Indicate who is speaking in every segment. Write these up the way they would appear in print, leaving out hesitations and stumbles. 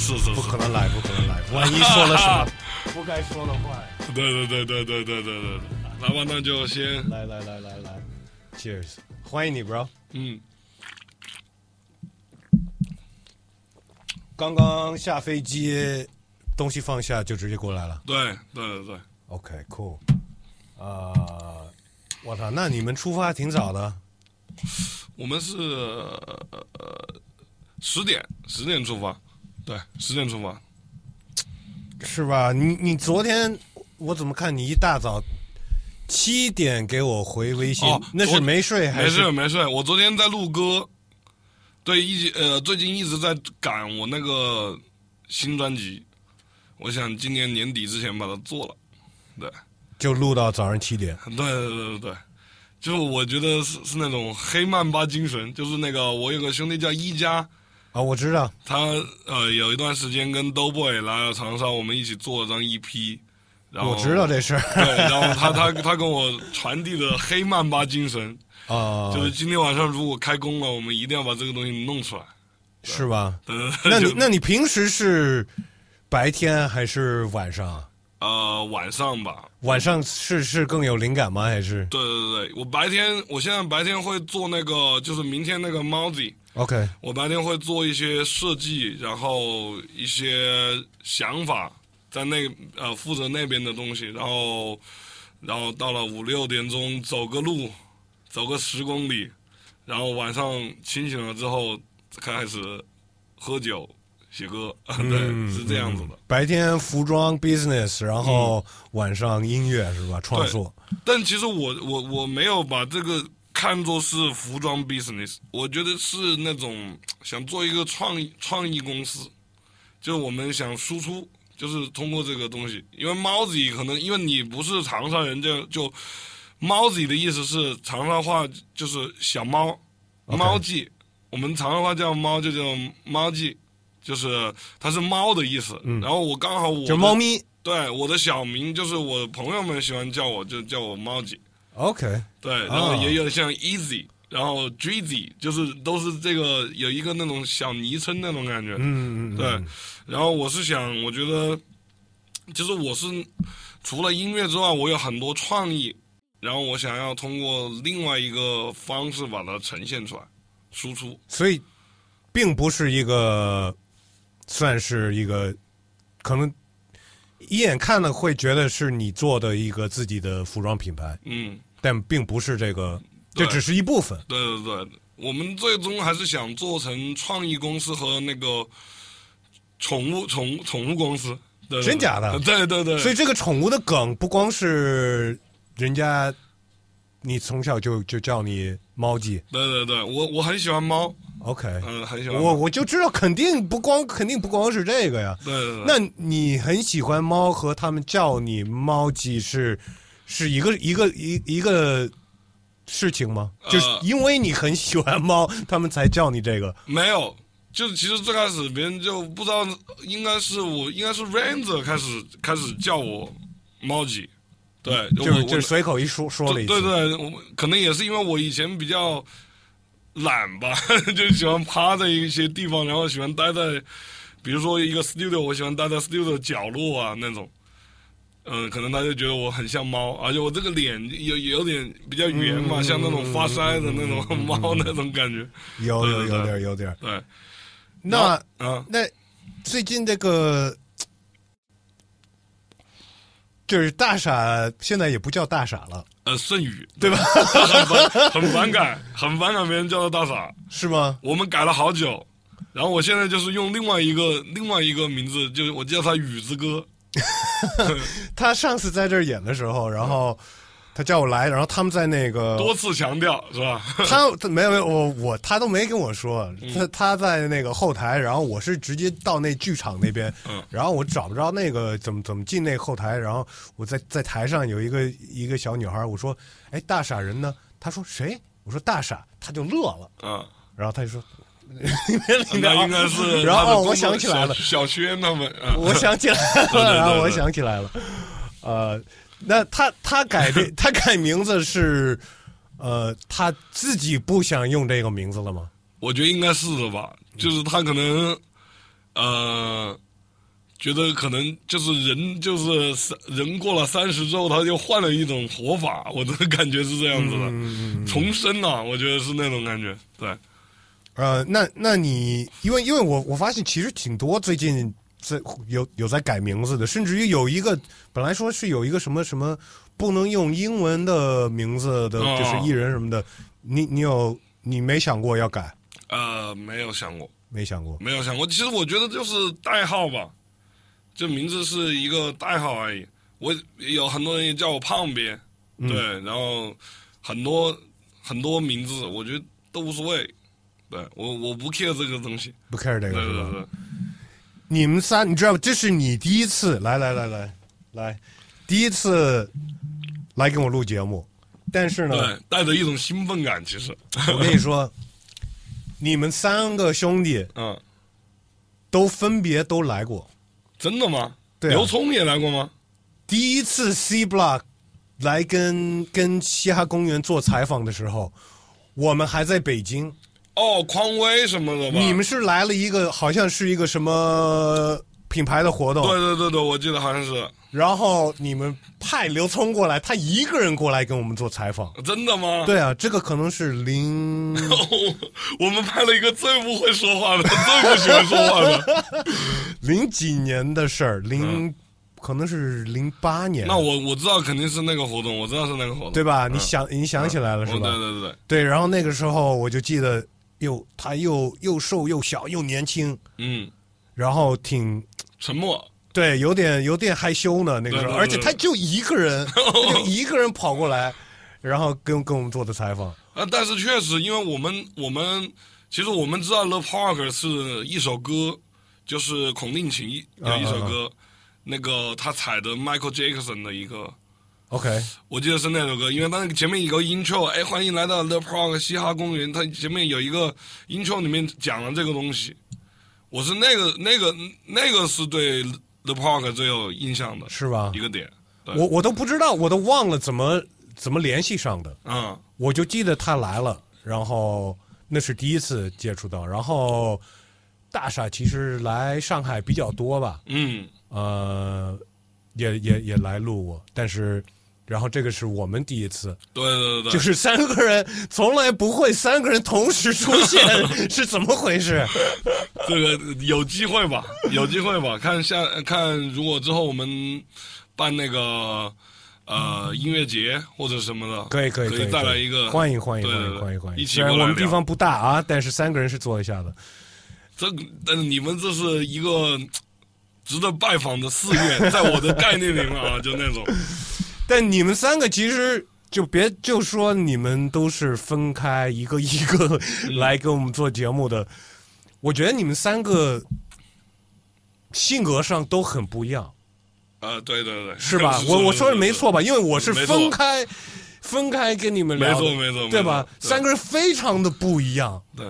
Speaker 1: 是，
Speaker 2: 不可能来，万一说了什么不该说的话。
Speaker 1: 对，那么那就先
Speaker 2: 来 ，Cheers， 欢迎你 ，bro。刚刚下飞机，东西放下就直接过来了。
Speaker 1: 对。
Speaker 2: OK，cool。我操，那你们出发挺早的。
Speaker 1: 我们是10点出发，对，10点出发，
Speaker 2: 是吧？你昨天我怎么看你一大早7点给我回微信，那是没睡还是？
Speaker 1: 没睡，我昨天在录歌，对，最近一直在赶我那个新专辑，我想今年年底之前把它做了，对，
Speaker 2: 就录到早上7点。
Speaker 1: 对，就是我觉得是那种黑曼巴精神，就是那个我有个兄弟叫一加。
Speaker 2: 我知道
Speaker 1: 他有一段时间跟 Doughboy 来了长沙，我们一起做了张 EP， 然后
Speaker 2: 我知道这事儿。
Speaker 1: 对，然后他跟我传递的黑曼巴精神就是今天晚上如果开工了，我们一定要把这个东西弄出来，
Speaker 2: 是吧？
Speaker 1: 对
Speaker 2: 那你平时是白天还是晚上？
Speaker 1: 晚上吧。
Speaker 2: 晚上是更有灵感吗？还是？
Speaker 1: 对，我现在白天会做那个，就是明天那个猫子。
Speaker 2: OK，
Speaker 1: 我白天会做一些设计，然后一些想法，在负责那边的东西，然后到了5、6点钟走个路，走个10公里，然后晚上清醒了之后开始喝酒写歌，对，是这样子的。
Speaker 2: 白天服装 business， 然后晚上音乐是吧？创作。
Speaker 1: 但其实我没有把这个看作是服装 business， 我觉得是那种想做一个创意公司，就是我们想输出，就是通过这个东西。因为猫子可能因为你不是长沙人，就猫子的意思是长沙话就是小猫，猫记，我们长沙话叫猫就叫猫记，就是它是猫的意思。然后我刚好
Speaker 2: 就猫咪，
Speaker 1: 对，我的小名就是我朋友们喜欢叫我，就叫我猫记。
Speaker 2: OK，
Speaker 1: 对，然后也有像 Easy， 然后 Drizzy， 就是都是这个有一个那种小昵称那种感觉。对。然后我觉得，就是我是除了音乐之外，我有很多创意，然后我想要通过另外一个方式把它呈现出来，输出。
Speaker 2: 所以，并不是一个，算是一个，可能一眼看了会觉得是你做的一个自己的服装品牌。但并不是这个，这只是一部分。
Speaker 1: 对，我们最终还是想做成创意公司和那个宠物公司。对，
Speaker 2: 真假的？
Speaker 1: 对。
Speaker 2: 所以这个宠物的梗不光是人家，你从小就叫你猫记。
Speaker 1: 对，我很喜欢猫。
Speaker 2: OK，
Speaker 1: 很喜欢。
Speaker 2: 我就知道肯定不光是这个呀。
Speaker 1: 对。
Speaker 2: 那你很喜欢猫和他们叫你猫记是一个事情吗？就是因为你很喜欢猫，他们才叫你这个？
Speaker 1: 没有，就是其实最开始别人就不知道，应该是 Ranger 开始叫我猫记，对，
Speaker 2: 就是随口一说了一次。
Speaker 1: 对，可能也是因为我以前比较懒吧，就喜欢趴在一些地方，然后喜欢待在，比如说一个 studio， 我喜欢待在 studio 的角落啊那种。可能他就觉得我很像猫，而且我这个脸有点比较圆嘛，像那种发腮的那种猫那种感觉。
Speaker 2: 有点。
Speaker 1: 对。
Speaker 2: 那最近这个就是大傻，现在也不叫大傻了。
Speaker 1: 剩余
Speaker 2: 对吧？
Speaker 1: 很反感别人叫他大傻，
Speaker 2: 是吗？
Speaker 1: 我们改了好久，然后我现在就是用另外一个名字，就是我叫他宇之哥。
Speaker 2: 他上次在这儿演的时候，然后他叫我来，然后他们在那个
Speaker 1: 多次强调是吧？
Speaker 2: 他没有他都没跟我说，他在那个后台，然后我是直接到那剧场那边，然后我找不着那个怎么进那个后台，然后我在台上有一个小女孩，我说哎大傻人呢？他说谁？我说大傻，他就乐了，然后他就说。
Speaker 1: 里面应该是，
Speaker 2: 然后我想起来了，
Speaker 1: 小轩他们，
Speaker 2: 我想起来了，然后我想起来了，那他改名字是，他自己不想用这个名字了吗？
Speaker 1: 我觉得应该是的吧，就是他可能觉得可能就是人过了30之后，他就换了一种活法，我的感觉是这样子的，重生了，我觉得是那种感觉，对。
Speaker 2: 那你因为我发现其实挺多最近有在改名字的，甚至于有一个本来说是有一个什么不能用英文的名字的，就是艺人什么的，你没想过要改？
Speaker 1: 没有想过。其实我觉得就是代号吧，这名字是一个代号而已。我有很多人也叫我胖别，对，然后很多名字，我觉得都无所谓。对，我不 care 这个东西，
Speaker 2: 不 care 这个是吧？
Speaker 1: 对。
Speaker 2: 你们仨，你知道这是你第一次来，第一次来跟我录节目，但是呢，
Speaker 1: 对，带着一种兴奋感。其实
Speaker 2: 我跟你说，你们3个兄弟，都分别都来过，
Speaker 1: 真的吗？
Speaker 2: 对
Speaker 1: 刘聪也来过吗？
Speaker 2: 第一次 C Block 来跟嘻哈公园做采访的时候，我们还在北京。
Speaker 1: 匡威什么的吧？
Speaker 2: 你们是来了一个好像是一个什么品牌的活动？
Speaker 1: 对，我记得好像是。
Speaker 2: 然后你们派刘聪过来，他一个人过来跟我们做采访。
Speaker 1: 真的吗？
Speaker 2: 对啊，这个可能是
Speaker 1: 我们派了一个最不会说话的，最不喜欢说话的
Speaker 2: ，0几年的事儿，可能是08年。
Speaker 1: 那我知道肯定是那个活动，我知道是那个活动，
Speaker 2: 对吧？你想起来了是吧？对。然后那个时候我就记得，他又瘦又小又年轻，然后挺
Speaker 1: 沉默，
Speaker 2: 对，有点害羞呢那个时候，而且他就一个人，跑过来，然后跟我们做的采访。
Speaker 1: 但是确实，因为我们其实我们知道 The Park 是一首歌，就是孔令奇有一首歌，那个他采的 Michael Jackson 的一个。
Speaker 2: OK，
Speaker 1: 我记得是那首歌，因为当时前面有个 intro， 欢迎来到 The Park 嘻哈公园，它前面有一个 intro 里面讲了这个东西，我是那个是对 The Park 最有印象的，
Speaker 2: 是吧？
Speaker 1: 一个点，
Speaker 2: 我都不知道，我都忘了怎么联系上的，我就记得他来了，然后那是第一次接触到，然后大傻其实来上海比较多吧，也来录过，但是。然后这个是我们第一次，
Speaker 1: 对，
Speaker 2: 就是3个人从来不会3个人同时出现，是怎么回事？
Speaker 1: 这个有机会吧，看如果之后我们办那个音乐节或者什么的，
Speaker 2: 可以
Speaker 1: 再来一个，
Speaker 2: 欢迎，
Speaker 1: 一起
Speaker 2: 虽然我们地方不大啊，但是3个人是坐一下的。
Speaker 1: 你们这是一个值得拜访的寺院，在我的概念里面啊，就那种。
Speaker 2: 但你们3个其实就说你们都是分开一个来跟我们做节目的，我觉得你们3个性格上都很不一样。
Speaker 1: 对，
Speaker 2: 是吧？我说的没错吧？因为我是分开跟你们聊的，
Speaker 1: 没错，
Speaker 2: 对吧？3个人非常的不一样。
Speaker 1: 对，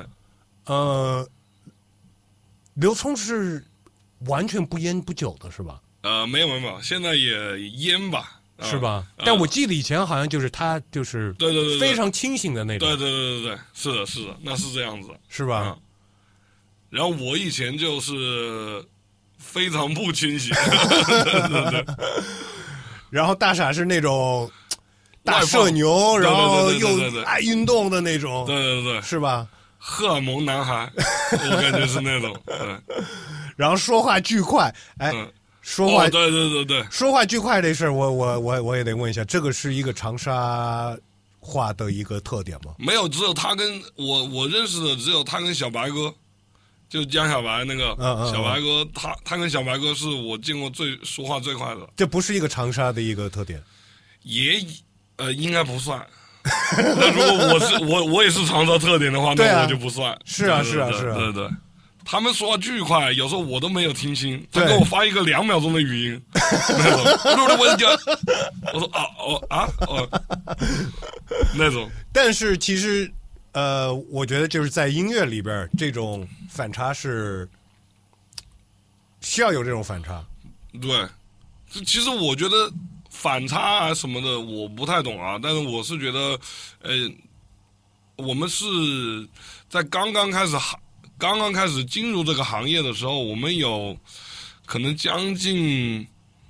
Speaker 2: 刘聪是完全不烟不酒的，是吧？
Speaker 1: 没有，现在也烟吧。
Speaker 2: 是吧？但我记得以前好像就是他就是
Speaker 1: 对
Speaker 2: 非常清醒的那种。
Speaker 1: 对，是的，那是这样子，
Speaker 2: 是吧？
Speaker 1: 然后我以前就是非常不清醒，对。
Speaker 2: 然后大傻是那种大社牛，然后又爱运动的那种，
Speaker 1: 对，
Speaker 2: 是吧？
Speaker 1: 荷尔蒙男孩，我感觉是那种，对。
Speaker 2: 然后说话巨快，说话
Speaker 1: 对，
Speaker 2: 说话巨快这事儿，我也得问一下，这个是一个长沙话的一个特点吗？
Speaker 1: 没有，只有他跟我认识的只有他跟小白哥，就江小白那个小白哥，他跟小白哥是我见过说话最快的。
Speaker 2: 这不是一个长沙的一个特点，
Speaker 1: 应该不算。那如果我也是长沙特点的话，那我就不算。
Speaker 2: 是啊，
Speaker 1: 对。他们说话巨快，有时候我都没有听清。他给我发一个2秒钟的语音，那种，我说那种。
Speaker 2: 但是其实，我觉得就是在音乐里边，这种反差是需要有这种反差。
Speaker 1: 对，其实我觉得反差啊什么的我不太懂啊，但是我是觉得，我们是在刚刚开始刚刚开始进入这个行业的时候，我们有可能将近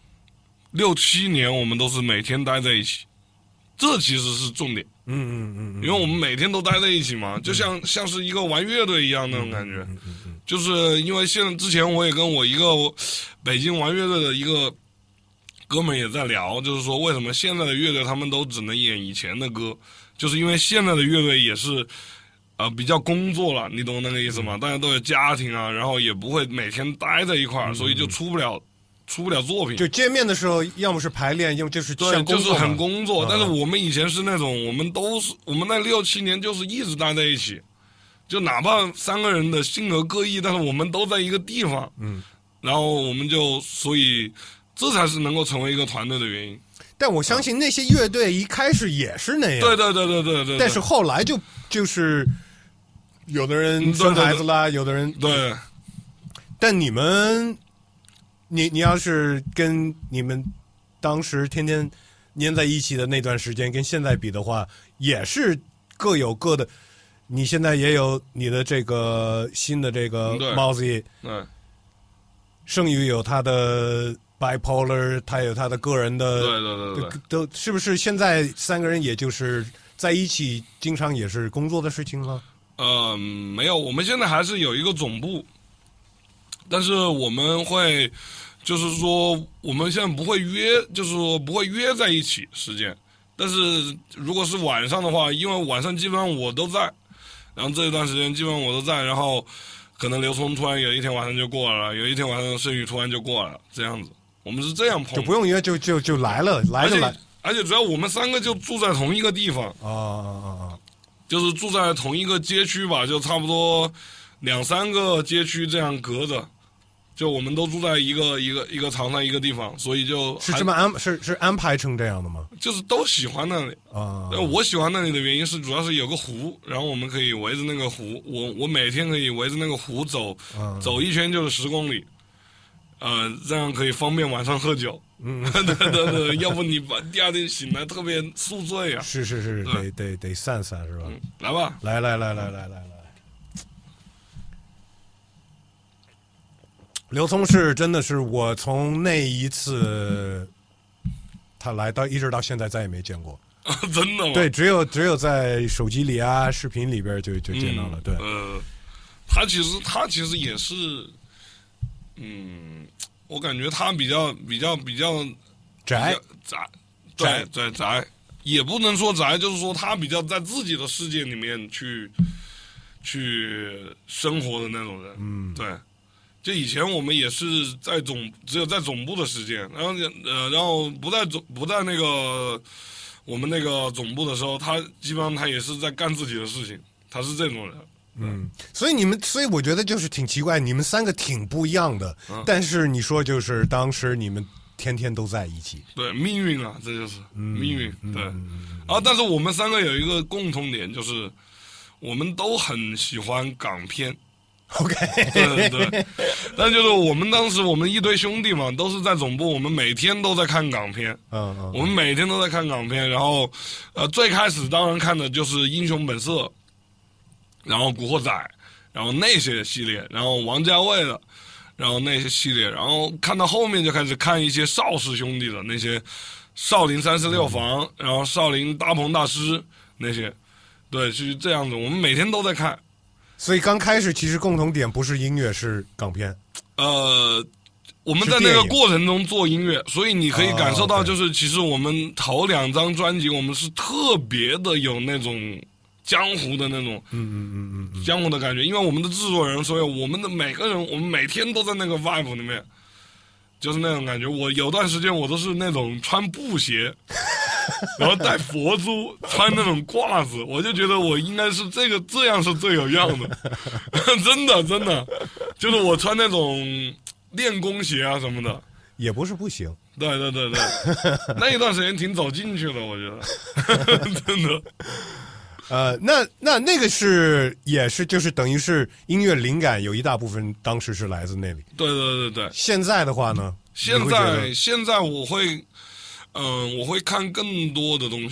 Speaker 1: 6-7年，我们都是每天待在一起，这其实是重点。因为我们每天都待在一起嘛，就像是一个玩乐队一样那种感觉。就是因为之前我也跟我一个北京玩乐队的一个哥们也在聊，就是说为什么现在的乐队他们都只能演以前的歌，就是因为现在的乐队也是比较工作了，你懂那个意思吗？大家都有家庭啊，然后也不会每天待在一块儿，所以就出不了作品。
Speaker 2: 就见面的时候，要么是排练，要么就是像工作，
Speaker 1: 就是很工作。但是我们以前是那种，我们那6-7年就是一直待在一起，就哪怕3个人的性格各异，但是我们都在一个地方。然后我们所以这才是能够成为一个团队的原因。
Speaker 2: 但我相信那些乐队一开始也是那样。
Speaker 1: 对。
Speaker 2: 但是后来就是有的人生孩子啦，有的人
Speaker 1: 对。
Speaker 2: 但你们。你要是跟你们当时天天黏在一起的那段时间跟现在比的话，也是各有各的。你现在也有你的这个新的这个 Mousy，
Speaker 1: 对，
Speaker 2: 盛宇有他的 Bipolar， 他有他的个人的，
Speaker 1: 对，
Speaker 2: 都是不是现在3个人也就是在一起，经常也是工作的事情了？
Speaker 1: 没有，我们现在还是有一个总部。但是我们会，就是说我们现在不会约，就是说不会约在一起时间。但是如果是晚上的话，因为晚上基本上我都在，然后这一段时间基本上我都在，然后可能刘聪突然有一天晚上就过来了，有一天晚上盛宇突然就过来了，这样子，我们是这样碰，
Speaker 2: 就不用约，就来了，来。
Speaker 1: 而且主要我们3个就住在同一个地方就是住在同一个街区吧，就差不多2-3个街区这样隔着。就我们都住在一个长沙一个地方，所以就是
Speaker 2: 这么安排成这样的吗？
Speaker 1: 就是都喜欢那里我喜欢那里的原因是主要是有个湖，然后我们可以围着那个湖，我每天可以围着那个湖走一圈就是10公里，这样可以方便晚上喝酒。对，要不你第2天醒来特别宿醉啊。
Speaker 2: 是，得散散是吧？
Speaker 1: 来吧，
Speaker 2: 来。刘聪真的是我从那一次他来到一直到现在再也没见过。
Speaker 1: 真的吗？
Speaker 2: 对，只有在手机里啊视频里边就见到了。对，
Speaker 1: 他其实也是我感觉他比较
Speaker 2: 宅，
Speaker 1: 也不能说宅，就是说他比较在自己的世界里面去生活的那种人。对。就以前我们也是只有在总部的时间，然后不在那个我们那个总部的时候，他基本上他也是在干自己的事情，他是这种人。
Speaker 2: 所以我觉得就是挺奇怪，你们3个挺不一样的，但是你说就是当时你们天天都在一起。
Speaker 1: 对，命运啊，这就是命运。对，但是我们3个有一个共同点，就是我们都很喜欢港片。
Speaker 2: OK，
Speaker 1: 对，但就是我们一堆兄弟嘛，都是在总部，我们每天都在看港片。我们每天都在看港片，然后最开始当然看的就是《英雄本色》，然后《古惑仔》，然后那些系列，然后王家卫的，然后那些系列，然后看到后面就开始看一些邵氏兄弟的那些少林36房，然后少林大鹏大师那些，对，是这样子，我们每天都在看。
Speaker 2: 所以刚开始其实共同点不是音乐，是港片。
Speaker 1: 我们在那个过程中做音乐，所以你可以感受到，就是其实我们头2张专辑，我们是特别的有那种江湖的那种，江湖的感觉。因为我们的制作人，所以我们的每个人，我们每天都在那个 vibe 里面，就是那种感觉。我有段时间我都是那种穿布鞋。然后戴佛珠，穿那种褂子，我就觉得我应该是这样是最有样的，真的，就是我穿那种练功鞋啊什么的，
Speaker 2: 也不是不行。
Speaker 1: 对，那一段时间挺走进去的，我觉得，真的。
Speaker 2: 那个也是就是等于是音乐灵感有一大部分当时是来自那里。
Speaker 1: 对。现
Speaker 2: 在的话呢？
Speaker 1: 现在我会看更多的东西，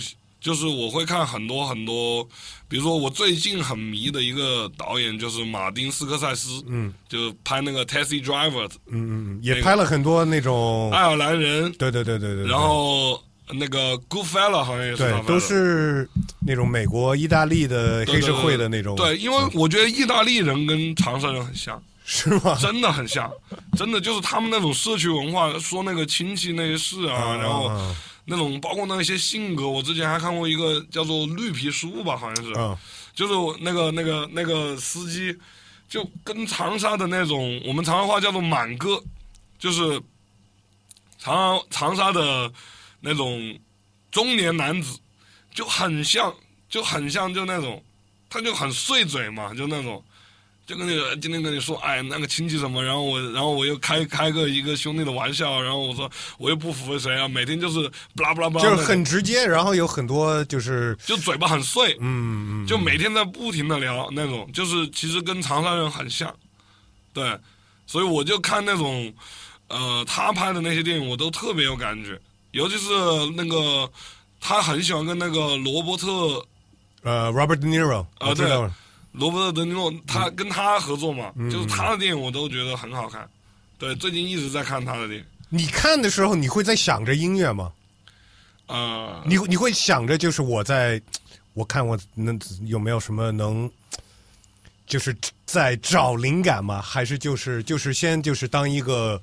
Speaker 1: 就是我会看很多很多，比如说我最近很迷的一个导演就是马丁斯科塞斯，就拍那个 Taxi Driver，
Speaker 2: 也拍了很多那种
Speaker 1: 爱尔兰人，
Speaker 2: 对，
Speaker 1: 然后那个 Goodfellas 好像也是他拍的，
Speaker 2: 对，都是那种美国、意大利的黑社会的那种，
Speaker 1: 对，因为我觉得意大利人跟长沙人很像。
Speaker 2: 是吗？
Speaker 1: 真的很像，真的就是他们那种社区文化，说那个亲戚那些事啊，然后那种包括那些性格，我之前还看过一个叫做绿皮书吧，好像是，就是那个司机，就跟长沙的那种，我们长沙话叫做满哥，就是长沙的那种中年男子，就很像，就那种，他就很碎嘴嘛，就那种。就跟你今天跟你说，哎，那个亲戚什么，然后我又开个一个兄弟的玩笑，然后我说我又不服谁啊，每天就是不拉不拉不拉，
Speaker 2: 就是很直接，然后有很多就
Speaker 1: 嘴巴很碎，就每天在不停的聊那种，就是其实跟长沙人很像，对，所以我就看那种他拍的那些电影，我都特别有感觉，尤其是那个他很喜欢跟那个罗伯特
Speaker 2: Robert De Niro
Speaker 1: 对。罗伯特·德尼诺，他跟他合作嘛，就是他的电影我都觉得很好看。对，最近一直在看他的电影。
Speaker 2: 你看的时候，你会在想着音乐吗？你会想着就是我看我能有没有什么能，就是在找灵感吗？还是就是先就是当一个？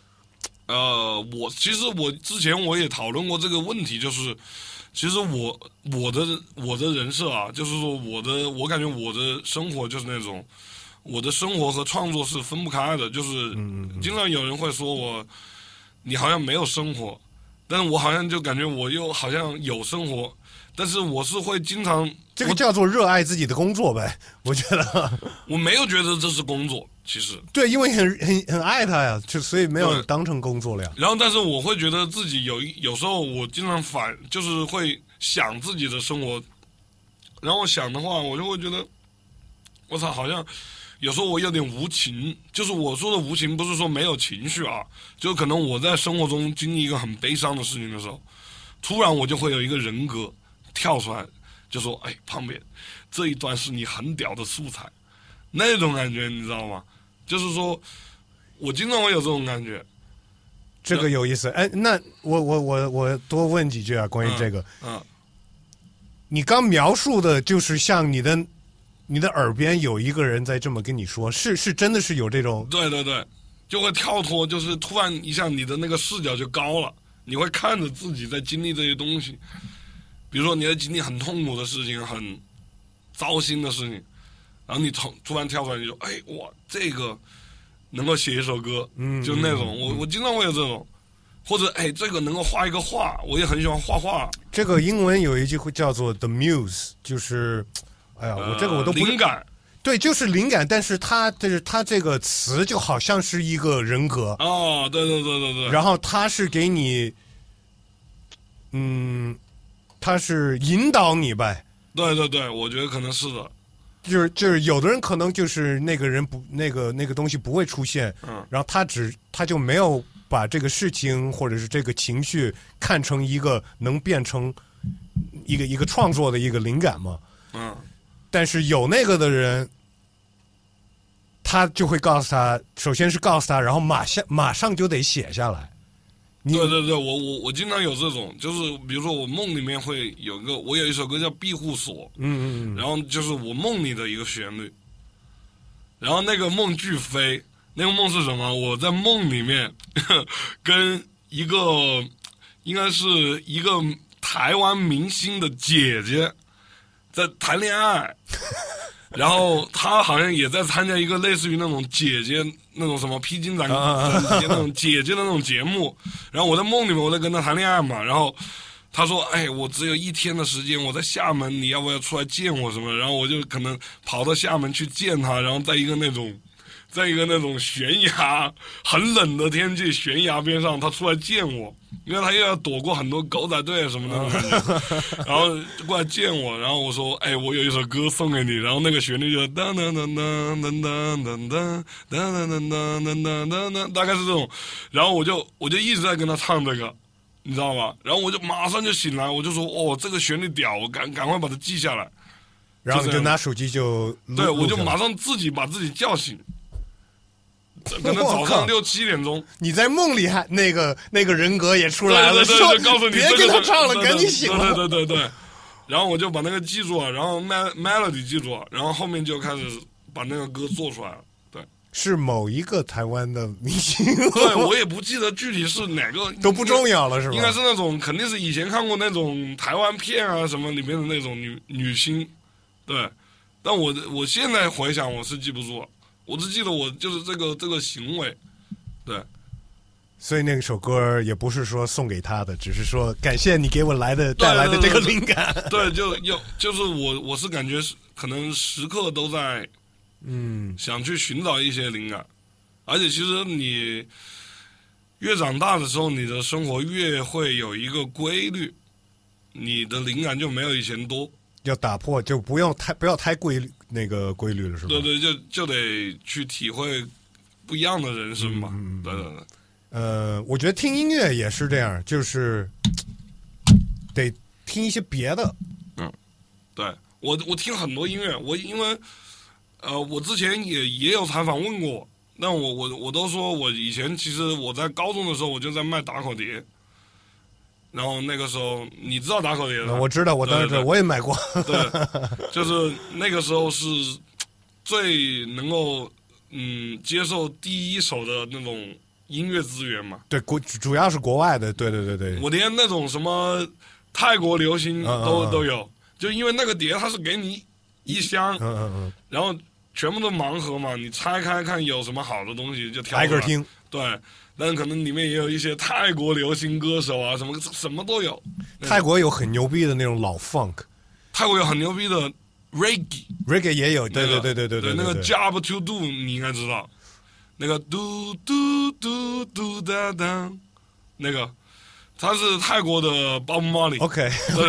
Speaker 1: 其实我之前我也讨论过这个问题，就是。其实我的人设啊，就是说我感觉我的生活就是那种，我的生活和创作是分不开的，就是经常有人会说你好像没有生活，但是我好像就感觉我又好像有生活，但是我是会经常
Speaker 2: 这个叫做热爱自己的工作呗，我觉得
Speaker 1: 我没有觉得这是工作。其实
Speaker 2: 对，因为很爱他呀，所以没有当成工作了呀。
Speaker 1: 然后，但是我会觉得自己有时候我经常就是会想自己的生活，然后我想的话，我就会觉得，我操，好像有时候我有点无情。就是我说的无情，不是说没有情绪啊，就可能我在生活中经历一个很悲伤的事情的时候，突然我就会有一个人格跳出来，就说：“哎，旁边这一段是你很屌的素材。”那种感觉你知道吗？就是说，我经常会有这种感觉。
Speaker 2: 这个有意思。哎，那我多问几句啊，关于这个。你刚描述的就是像你的耳边有一个人在这么跟你说，是真的是有这种？
Speaker 1: 对，就会跳脱，就是突然一下你的那个视角就高了，你会看着自己在经历这些东西。比如说你在经历很痛苦的事情，很糟心的事情。然后你突然跳出来，你说：“哎，哇，这个能够写一首歌，就那种。我经常会有这种，或者哎，这个能够画一个画，我也很喜欢画画。
Speaker 2: 这个英文有一句会叫做 the muse， 就是，哎呀，我都不
Speaker 1: 灵感，
Speaker 2: 对，就是灵感，但是它这个词就好像是一个人格。
Speaker 1: 哦，对。
Speaker 2: 然后它是给你，它是引导你呗。
Speaker 1: 对，我觉得可能是的。
Speaker 2: 就是有的人可能就是那个人不那个东西不会出现，然后他就没有把这个事情或者是这个情绪看成一个能变成一个创作的一个灵感嘛，但是有那个的人，他就会告诉他，首先是告诉他，然后马上就得写下来。
Speaker 1: 对，我经常有这种，就是比如说我梦里面会我有一首歌叫《庇护所》，然后就是我梦里的一个旋律，然后那个梦巨飞，那个梦是什么？我在梦里面跟应该是一个台湾明星的姐姐在谈恋爱。然后他好像也在参加一个类似于那种姐姐那种什么披荆斩棘那种姐姐的那种节目，然后我在梦里面我在跟他谈恋爱嘛，然后他说：“哎，我只有1天的时间，我在厦门，你要不要出来见我什么？”然后我就可能跑到厦门去见他，然后在一个那种悬崖很冷的天气，悬崖边上他出来见我，因为他又要躲过很多狗仔队什么的，然后就过来见我，然后我说：“哎，我有一首歌送给你。”然后那个旋律就当当当当当当当当当当当当当当，大概是这种。然后我就一直在跟他唱这个， 你知道吧？然后我就马上就醒来，我就说哦，这个旋律屌，我赶快把它记下来。
Speaker 2: 然后你就拿手机就
Speaker 1: 对，我就马上自己把自己叫醒。可能早上6、7点钟，
Speaker 2: 你在梦里还那个人格也出来了，
Speaker 1: 对，告诉你
Speaker 2: 别跟他唱了，赶紧醒了。
Speaker 1: 对。然后我就把那个记住了，然后 melody 记住了，然后后面就开始把那个歌做出来了。对，
Speaker 2: 是某一个台湾的明星，
Speaker 1: 对我也不记得具体是哪个，
Speaker 2: 都不重要了，是吧？
Speaker 1: 应该是那种，肯定是以前看过那种台湾片啊什么里面的那种女星，对。但我现在回想，我是记不住了。我只记得我就是这个行为，对，
Speaker 2: 所以那首歌也不是说送给他的，只是说感谢你给我带来的这个灵感。
Speaker 1: 对，就是我是感觉可能时刻都在想去寻找一些灵感，而且其实你越长大的时候，你的生活越会有一个规律，你的灵感就没有以前多。
Speaker 2: 要打破，就不要太规律了，是吧？
Speaker 1: 对，就得去体会不一样的人生嘛。对。
Speaker 2: 我觉得听音乐也是这样，就是得听一些别的。
Speaker 1: 对，我听很多音乐，因为我之前也有采访问过，但我都说我以前其实我在高中的时候我就在卖打口碟。然后那个时候，你知道打口碟的？
Speaker 2: 我知道，我当时我也买过。
Speaker 1: 对，就是那个时候是最能够接受第一手的那种音乐资源嘛。
Speaker 2: 对，主要是国外的，对。
Speaker 1: 我连那种什么泰国流行都有，就因为那个碟它是给你一箱，然后全部都盲盒嘛，你拆开看有什么好的东西就挑。
Speaker 2: 挨个听。
Speaker 1: 对。但可能里面也有一些泰国流行歌手啊，什么都有。
Speaker 2: 泰国有很牛逼的那种老 funk，
Speaker 1: 泰国有很牛逼的 reggae
Speaker 2: 也有，对。
Speaker 1: 那个 Job to Do 你应该知道，那个 do do do do da da， 那个他是泰国的 Bob Marley。OK。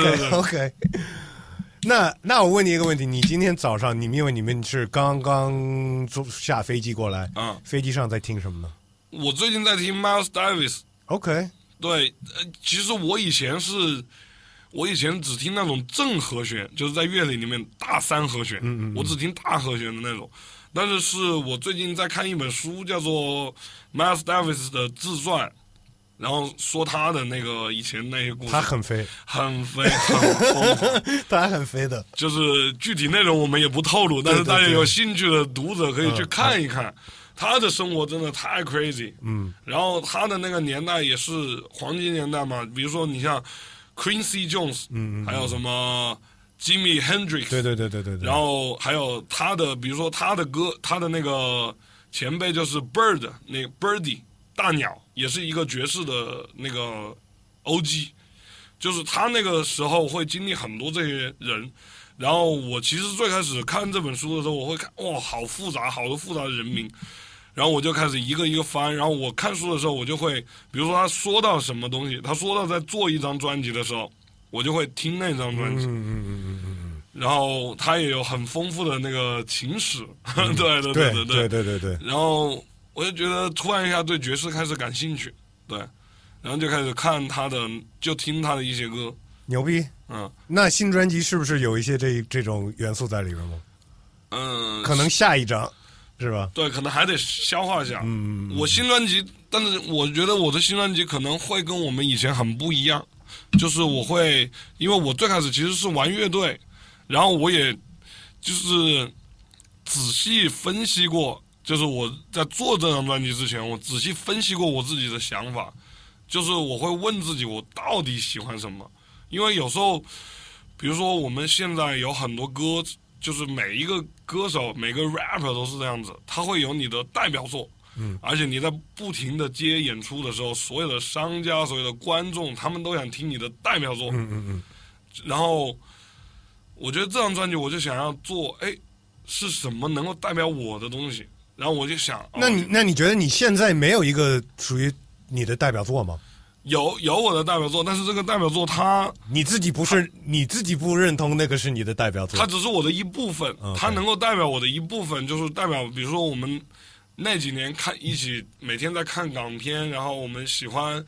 Speaker 2: 那我问你一个问题，你今天早上因为你们是刚刚下飞机过来，飞机上在听什么呢？
Speaker 1: 我最近在听 Miles Davis。OK。对，其实我以前只听那种正和弦，就是在乐理里面大3和弦，我只听大和弦的那种。但是我最近在看一本书，叫做 Miles Davis 的自传，然后说他的那个以前那些故事。
Speaker 2: 他很飞，
Speaker 1: 很疯狂。
Speaker 2: 他很飞的。
Speaker 1: 就是具体内容我们也不透露，但是大家有兴趣的读者可以去看一看。他的生活真的太 crazy，然后他的那个年代也是黄金年代嘛，比如说你像 Quincy Jones，还有什么 Jimi Hendrix，
Speaker 2: 对，
Speaker 1: 然后还有他的，比如说他的歌，他的那个前辈就是 那个 Birdie 大鸟，也是一个爵士的那个 OG， 就是他那个时候会经历很多这些人。然后我其实最开始看这本书的时候，我会看哇，好复杂，好多复杂的人名，然后我就开始一个一个翻。然后我看书的时候，我就会，比如说他说到什么东西，他说到在做一张专辑的时候，我就会听那张专辑。然后他也有很丰富的那个情史，对。然后我就觉得突然一下对爵士开始感兴趣，对，然后就开始看他的，就听他的一些歌。
Speaker 2: 牛逼。那新专辑是不是有一些这种元素在里面吗？可能下一张是吧？
Speaker 1: 对，可能还得消化一下。我新专辑，但是我觉得我的新专辑可能会跟我们以前很不一样，就是我会，因为我最开始其实是玩乐队，然后我也就是仔细分析过，就是我在做这张专辑之前，我仔细分析过我自己的想法，就是我会问自己我到底喜欢什么。因为有时候，比如说我们现在有很多歌，就是每一个歌手、每个 rapper 都是这样子，他会有你的代表作，而且你在不停的接演出的时候，所有的商家、所有的观众，他们都想听你的代表作，然后我觉得这张专辑我就想要做，是什么能够代表我的东西？然后我就想，
Speaker 2: 那你觉得你现在没有一个属于你的代表作吗？
Speaker 1: 有我的代表作，但是这个代表作
Speaker 2: 你自己不认同那个是你的代表作，
Speaker 1: 它只是我的一部分，它能够代表我的一部分，就是代表比如说我们那几年一起每天在看港片，然后我们喜欢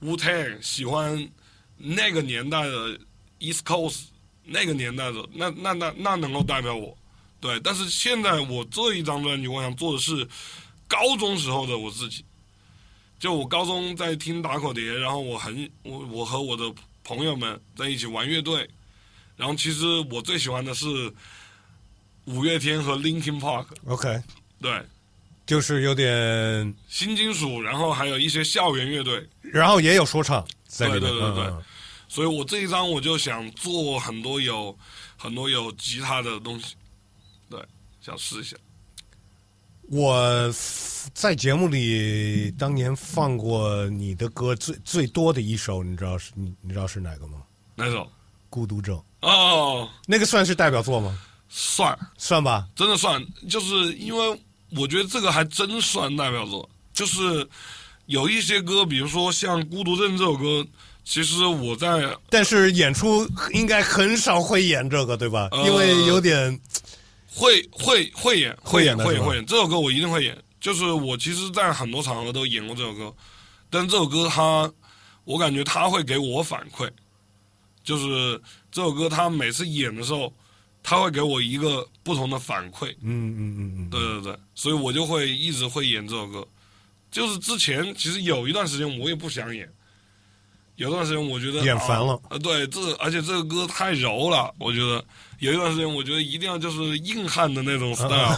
Speaker 1: Wu-Tang，喜欢那个年代的 East Coast 那个年代的，那能够代表我。对，但是现在我这一张专辑，我想做的是高中时候的我自己。就我高中在听打口碟，然后我和我的朋友们在一起玩乐队，然后其实我最喜欢的是五月天和 Linkin Park。OK，
Speaker 2: 对，就是有点
Speaker 1: 新金属，然后还有一些校园乐队，
Speaker 2: 然后也有说唱在里面。
Speaker 1: 对，所以我这一张我就想做很多有吉他的东西，对，想试一下。
Speaker 2: 我在节目里当年放过你的歌最多的一首，你知道是哪个吗？
Speaker 1: 哪首？
Speaker 2: 孤独症。
Speaker 1: 哦，
Speaker 2: 那个算是代表作吗？
Speaker 1: 算
Speaker 2: 吧，
Speaker 1: 真的算，就是因为我觉得这个还真算代表作。就是有一些歌，比如说像《孤独症》这首歌，其实我在，
Speaker 2: 但是演出应该很少会演这个，对吧？因为有点。
Speaker 1: 会演这首歌我一定会演，就是我其实在很多场合都演过这首歌，但这首歌我感觉他会给我反馈，就是这首歌他每次演的时候他会给我一个不同的反馈。对，所以我就会一直会演这首歌。就是之前其实有一段时间我也不想演，有段时间我觉得
Speaker 2: 演烦了。
Speaker 1: 对，而且这个歌太柔了，我觉得有一段时间我觉得一定要就是硬汉的那种 style，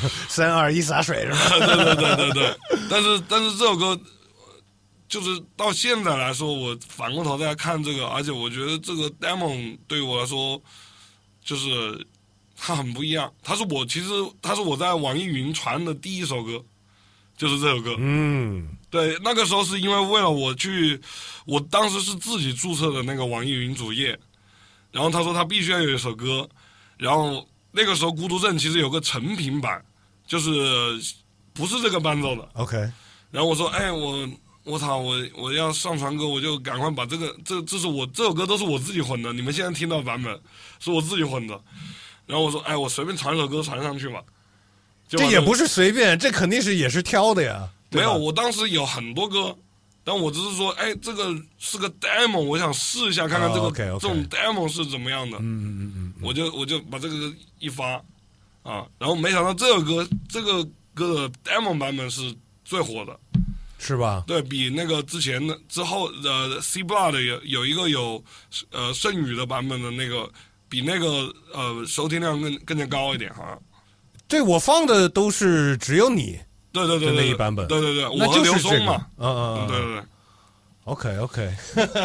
Speaker 2: 3、2、1洒水是吧？
Speaker 1: 对。但是这首歌就是到现在来说，我反过头再看这个，而且我觉得这个 demo 对我来说就是它很不一样。它是我在网易云传的第一首歌，就是这首歌。对，那个时候是因为为了我当时是自己注册的那个网易云主页，然后他说他必须要有一首歌，然后那个时候孤独症其实有个成品版，就是不是这个伴奏的。
Speaker 2: OK，
Speaker 1: 然后我说，我操，我要上传歌，我就赶快把这是我这首歌都是我自己混的，你们现在听到的版本是我自己混的。然后我说，我随便传首歌传上去吧。
Speaker 2: 这也不是随便，这肯定是也是挑的呀。
Speaker 1: 没有，我当时有很多歌，但我只是说，这个是个 demo， 我想试一下看看这个这种 demo 是怎么样的。我就把这个一发，然后没想到这个歌的 demo 版本是最火的，
Speaker 2: 是吧？
Speaker 1: 对，比那个之后C Blood 有一个剩余的版本的那个，比那个收听量更加高一点，好像。
Speaker 2: 对，我放的都是只有你。对，那一版本。
Speaker 1: 对，我和刘松嘛。对。
Speaker 2: OK。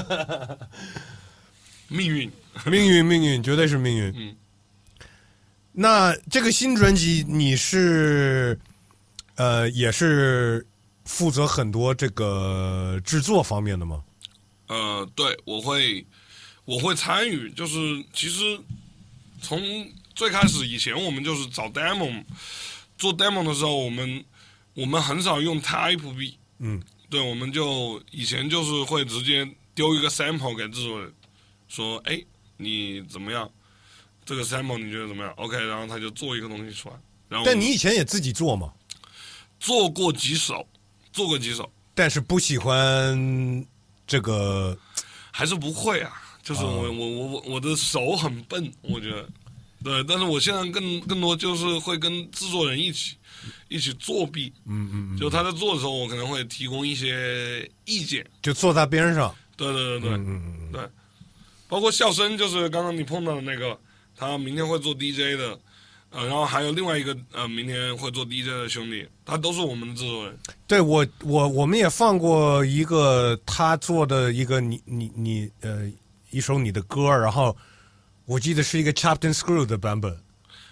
Speaker 1: 命
Speaker 2: 运，绝对是命运。那这个新专辑你是也是负责很多这个制作方面的吗？
Speaker 1: 对，我会参与，就是其实从最开始以前我们就是找 demo， 做 demo 的时候我们很少用 Type B， 对，我们以前就是会直接丢一个 sample 给制作人，说，你怎么样？这个 sample 你觉得怎么样 ？OK， 然后他就做一个东西出来。然后
Speaker 2: 但你以前也自己做吗？
Speaker 1: 做过几首，
Speaker 2: 但是不喜欢这个，
Speaker 1: 还是不会啊。就是我的手很笨，我觉得。对，但是我现在更多就是会跟制作人一起作弊，就他在做的时候，我可能会提供一些意见，
Speaker 2: 就坐在边上。
Speaker 1: 对，对，包括笑声，就是刚刚你碰到的那个，他明天会做 DJ 的，然后还有另外一个明天会做 DJ 的兄弟，他都是我们的制作人。
Speaker 2: 对，我们也放过一个他做的一个你一首你的歌，然后。我记得是一个 Captain Screw 的版本。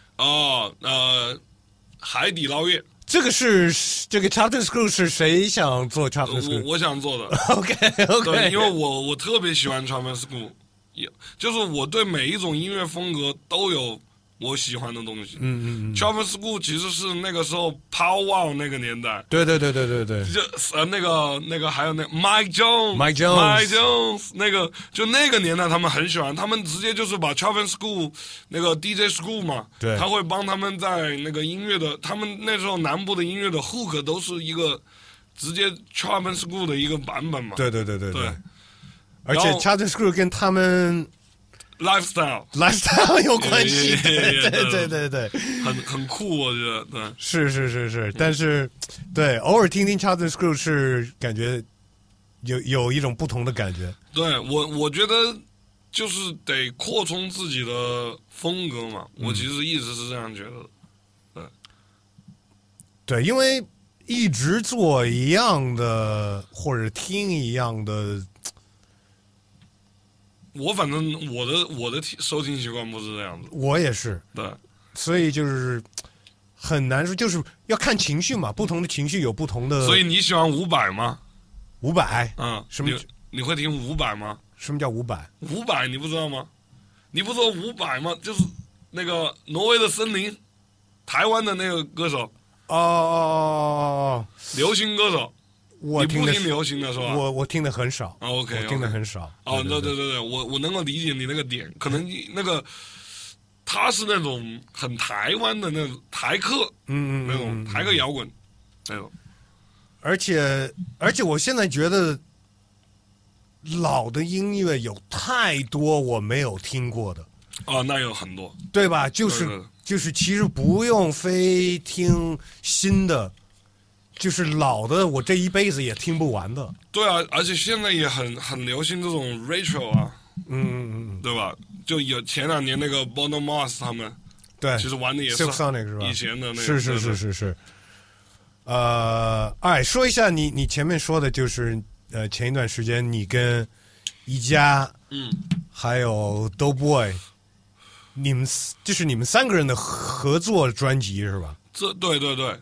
Speaker 1: 海底捞月。
Speaker 2: 这个 Captain Screw 是谁想做 Captain Screw？
Speaker 1: 我想做的。
Speaker 2: OK。
Speaker 1: 对，因为我特别喜欢 Captain Screw， 就是我对每一种音乐风格都有我喜欢的东西。Captain Screw 其实是那个时候 Power Wow 那个年代。
Speaker 2: 对。
Speaker 1: 就那个还有那 Mike Jones 那个就那个年代他们很喜欢，他们直接就是把 Captain Screw 那个 DJ Screw 嘛，
Speaker 2: 对，
Speaker 1: 他会帮他们在那个音乐的，他们那时候南部的音乐的 hook 都是一个直接 Chop and Screw 的一个版本嘛。
Speaker 2: 对，
Speaker 1: 对，
Speaker 2: 而且 Chop and Screw 跟他们
Speaker 1: lifestyle
Speaker 2: 有关系，对，
Speaker 1: 很酷，我觉得，对，
Speaker 2: 是，但是对，偶尔听听 Chop and Screw 是感觉有一种不同的感觉。
Speaker 1: 对，我觉得就是得扩充自己的风格嘛，我其实一直是这样觉得的。
Speaker 2: 对，因为一直做一样的或者听一样的，
Speaker 1: 我反正我的收听习惯不是这样子。
Speaker 2: 我也是，
Speaker 1: 对，
Speaker 2: 所以就是很难说，就是要看情绪嘛，不同的情绪有不同的。
Speaker 1: 所以你喜欢伍佰吗
Speaker 2: ？伍佰，
Speaker 1: 什么？你会听伍佰吗？
Speaker 2: 什么叫伍佰？
Speaker 1: 伍佰你不知道吗？你不知道伍佰吗？就是那个挪威的森林，台湾的那个歌手。
Speaker 2: 哦，
Speaker 1: 流行歌手。
Speaker 2: 你
Speaker 1: 不听流行的是吧？
Speaker 2: 我听的很少。
Speaker 1: OK，
Speaker 2: 我听的很少。
Speaker 1: 对，我能够理解你那个点，可能那个他是那种很台湾的那种台客，那种台客摇滚那种。
Speaker 2: 而且我现在觉得老的音乐有太多我没有听过的。
Speaker 1: 那有很多，
Speaker 2: 对吧？就是其实不用非听新的，就是老的我这一辈子也听不完的。
Speaker 1: 对啊，而且现在也很流行这种 retro 啊，对吧？就有前2年那个 Bruno Mars 他们，
Speaker 2: 对，
Speaker 1: 其实玩的也是
Speaker 2: Silk Sonic 是吧？
Speaker 1: 以前的那个
Speaker 2: 是。说一下你前面说的就是前一段时间你跟一家还有 Doughboy， 你们3个人的合作专辑是吧？
Speaker 1: 对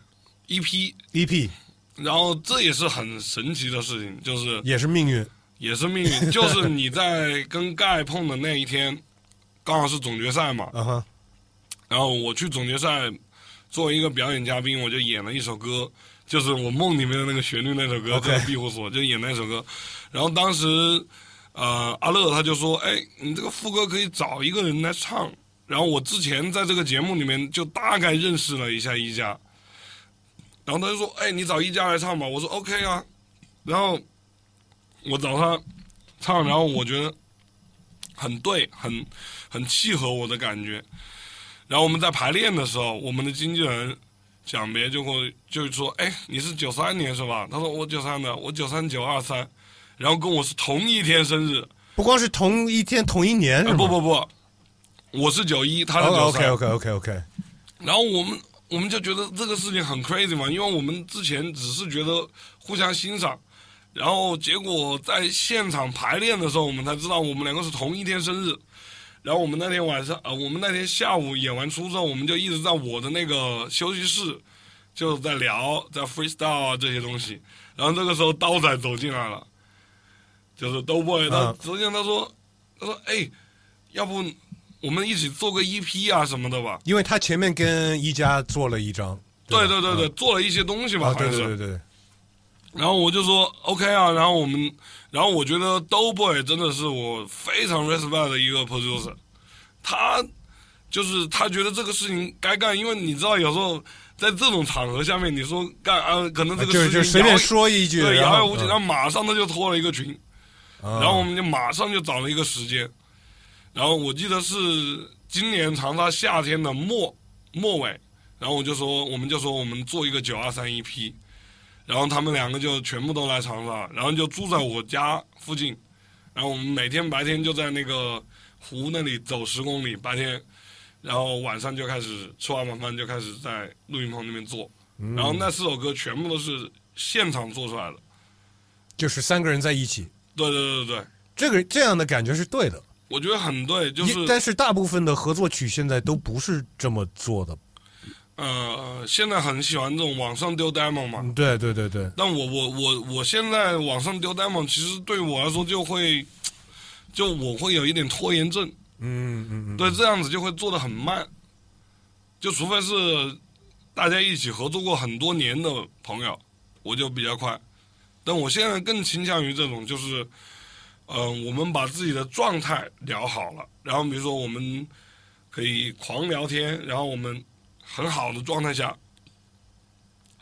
Speaker 1: EP， 然后这也是很神奇的事情，就是
Speaker 2: 也是命运，
Speaker 1: 就是你在跟盖碰的那一天，刚好是总决赛嘛，然后我去总决赛作为一个表演嘉宾，我就演了一首歌，就是我梦里面的那个旋律那首歌，叫《庇护所》，就演那首歌。然后当时阿乐他就说：“哎，你这个副歌可以找一个人来唱。”然后我之前在这个节目里面就大概认识了一下一家，然后他就说：“哎，你找一家来唱吧。”我说 ：“OK 啊。”然后我找他唱，然后我觉得很对，很契合我的感觉。然后我们在排练的时候，我们的经纪人蒋别就说：“哎，你是93年是吧？”他说：“我93的，我93、923，然后跟我是同一天生日。”
Speaker 2: 不光是同一天同一年是吗？
Speaker 1: 不，我是91，他是93。
Speaker 2: OK。
Speaker 1: 然后我们就觉得这个事情很 crazy 嘛，因为我们之前只是觉得互相欣赏，然后结果在现场排练的时候，我们才知道我们2个是同一天生日。然后我们那天下午演完出之后，我们就一直在我的那个休息室，就在聊，在 freestyle 啊这些东西。然后这个时候刀仔走进来了，就是 Doughboy， 他走进来他说，哎，要不我们一起做个 EP 啊什么的吧？
Speaker 2: 因为他前面跟一家做了一张，
Speaker 1: 对，做了一些东西吧，好像是。
Speaker 2: 对。
Speaker 1: 然后我就说 OK 啊，然后我觉得 Doughboy 真的是我非常 respect 的一个 producer， 他觉得这个事情该干，因为你知道有时候在这种场合下面，你说干可能这个事情
Speaker 2: 就随便说一句，
Speaker 1: 对，遥遥无期，然后马上他就拖了一个群，然后我们就马上就找了一个时间，然后我记得是今年长沙夏天的末尾，然后我们就说我们做一个923 EP。然后他们2个就全部都来长沙，然后就住在我家附近，然后我们每天白天就在那个湖那里走10公里，白天，然后晚上就开始吃完晚饭就开始在录音棚那边做，然后那4首歌全部都是现场做出来的，
Speaker 2: 就是3个人在一起。
Speaker 1: 对，
Speaker 2: 这样的感觉是对的，
Speaker 1: 我觉得很对，
Speaker 2: 但是大部分的合作曲现在都不是这么做的。
Speaker 1: 现在很喜欢这种网上丢 demo 嘛。
Speaker 2: 对。
Speaker 1: 但我现在网上丢 demo， 其实对我来说我会有一点拖延症。对，这样子就会做得很慢。就除非是大家一起合作过很多年的朋友，我就比较快。但我现在更倾向于这种，就是我们把自己的状态聊好了，然后比如说我们可以狂聊天，然后我们很好的状态下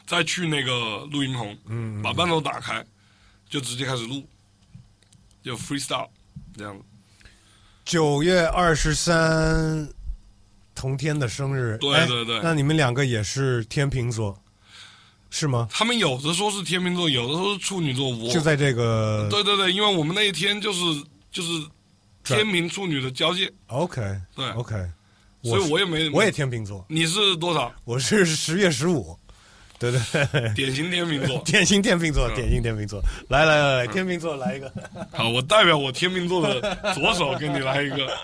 Speaker 1: 再去那个录音棚，把伴奏打开，就直接开始录，就 freestyle 这样子。
Speaker 2: 9月23同天的生日，
Speaker 1: 对对对，
Speaker 2: 那你们两个也是天秤座，是吗？
Speaker 1: 他们有的说是天秤座，有的说是处女座，
Speaker 2: 就在这个，
Speaker 1: 对对对，因为我们那一天就是天秤处女的交界。
Speaker 2: OK，
Speaker 1: 对
Speaker 2: OK，
Speaker 1: 所以
Speaker 2: 我也天秤座。
Speaker 1: 你是多少？
Speaker 2: 我是10月15。对对，
Speaker 1: 典型天秤座，
Speaker 2: 典型天秤座，典型天秤座。来，天秤座来一个。
Speaker 1: 好，我代表我天秤座的左手跟你来一个。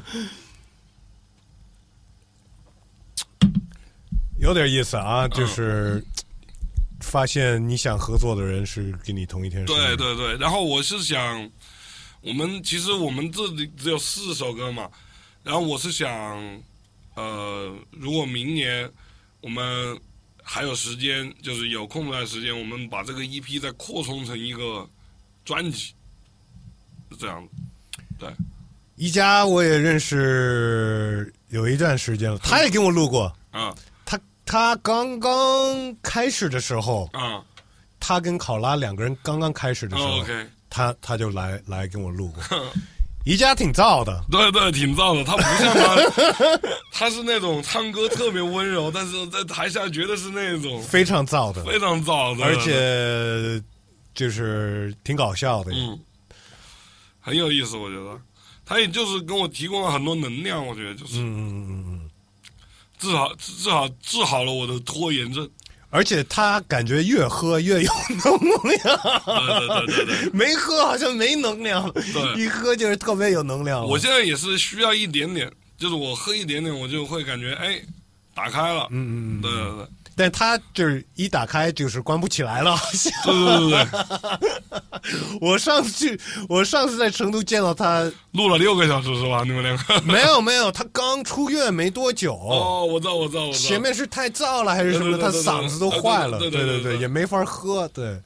Speaker 2: 有点意思啊，就是发现你想合作的人是跟你同一天生日。
Speaker 1: 对对对，然后我是想，其实我们这里只有4首歌嘛，然后我是想，如果明年我们还有时间，就是有空出来的时间，我们把这个 EP 再扩充成一个专辑，是这样的。对，
Speaker 2: 一家我也认识有一段时间了，他也跟我录过。他刚刚开始的时候，他跟考拉2个人刚刚开始的时候，他就来跟我录过。宜家挺燥的，
Speaker 1: 对对，挺燥的。他不像他是那种唱歌特别温柔，但是在台下绝对是那种
Speaker 2: 非常燥的，
Speaker 1: 非常燥的，
Speaker 2: 而且就是挺搞笑的，
Speaker 1: 很有意思。我觉得他也就是跟我提供了很多能量，我觉得就是治好了我的拖延症。
Speaker 2: 而且他感觉越喝越有能量，
Speaker 1: 对，
Speaker 2: 没喝好像没能量，一喝就是特别有能量。
Speaker 1: 我现在也是需要一点点，就是我喝一点点，我就会感觉打开了。对。
Speaker 2: 但他就是一打开就是关不起来了，好像。
Speaker 1: 对。
Speaker 2: 我上次在成都见到他，
Speaker 1: 录了6个小时是吧？你们2个？
Speaker 2: 没有，他刚出院没多久。
Speaker 1: 我知道。
Speaker 2: 前面是太燥了还是什么？他嗓子都坏了。对，也没法喝。对。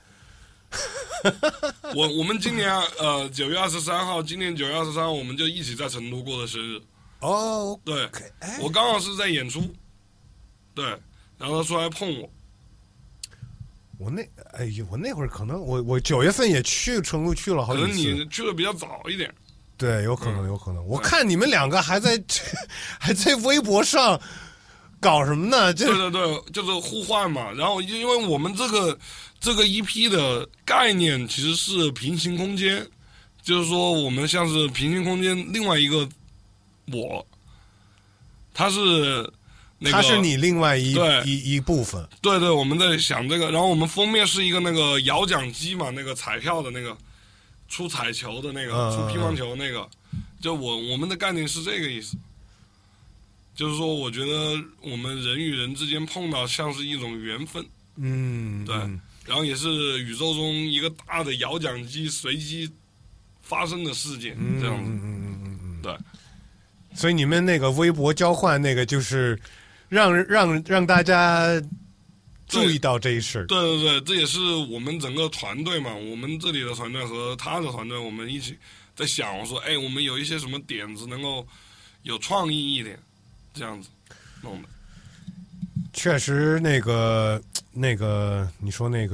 Speaker 1: 我们今年9月23号，今年9月23号我们就一起在成都过的生日。对，我刚好是在演出。对。然后他说来碰我，
Speaker 2: 我那会儿可能我9月份也去成都去了好几次，
Speaker 1: 可能你去的比较早一点。
Speaker 2: 对，有可能。我看你们2个还在微博上搞什么呢？
Speaker 1: 对，就是互换嘛。然后因为我们这个 EP 的概念其实是平行空间，就是说我们像是平行空间另外一个我，他是
Speaker 2: 你另外一部分。
Speaker 1: 对，我们在想这个，然后我们封面是一个那个摇奖机嘛，那个彩票的那个出彩球的那个，出乒乓球那个，就我们的概念是这个意思，就是说我觉得我们人与人之间碰到像是一种缘分，对，然后也是宇宙中一个大的摇奖机随机发生的事件，这样子，对，
Speaker 2: 所以你们那个微博交换那个就是让大家注意到这一事。
Speaker 1: 对，这也是我们整个团队嘛，我们这里的团队和他的团队，我们一起在想，我说，我们有一些什么点子能够有创意一点，这样子弄的。
Speaker 2: 确实，那个，你说那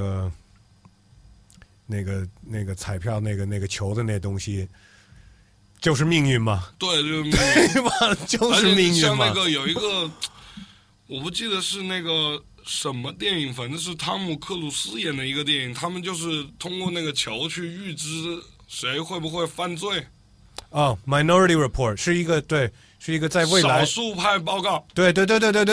Speaker 2: 个彩票那个球的那东西。就是命运嘛，
Speaker 1: 对，就是命运，
Speaker 2: 对吧？就是命运嘛。
Speaker 1: 像那个有一个，我不记得是那个什么电影，反正是汤姆克鲁斯演的一个电影，他们就是通过那个球去预知谁会不会犯罪。
Speaker 2: Minority Report 是一个在未来
Speaker 1: 少数派报告。
Speaker 2: 对，
Speaker 1: 是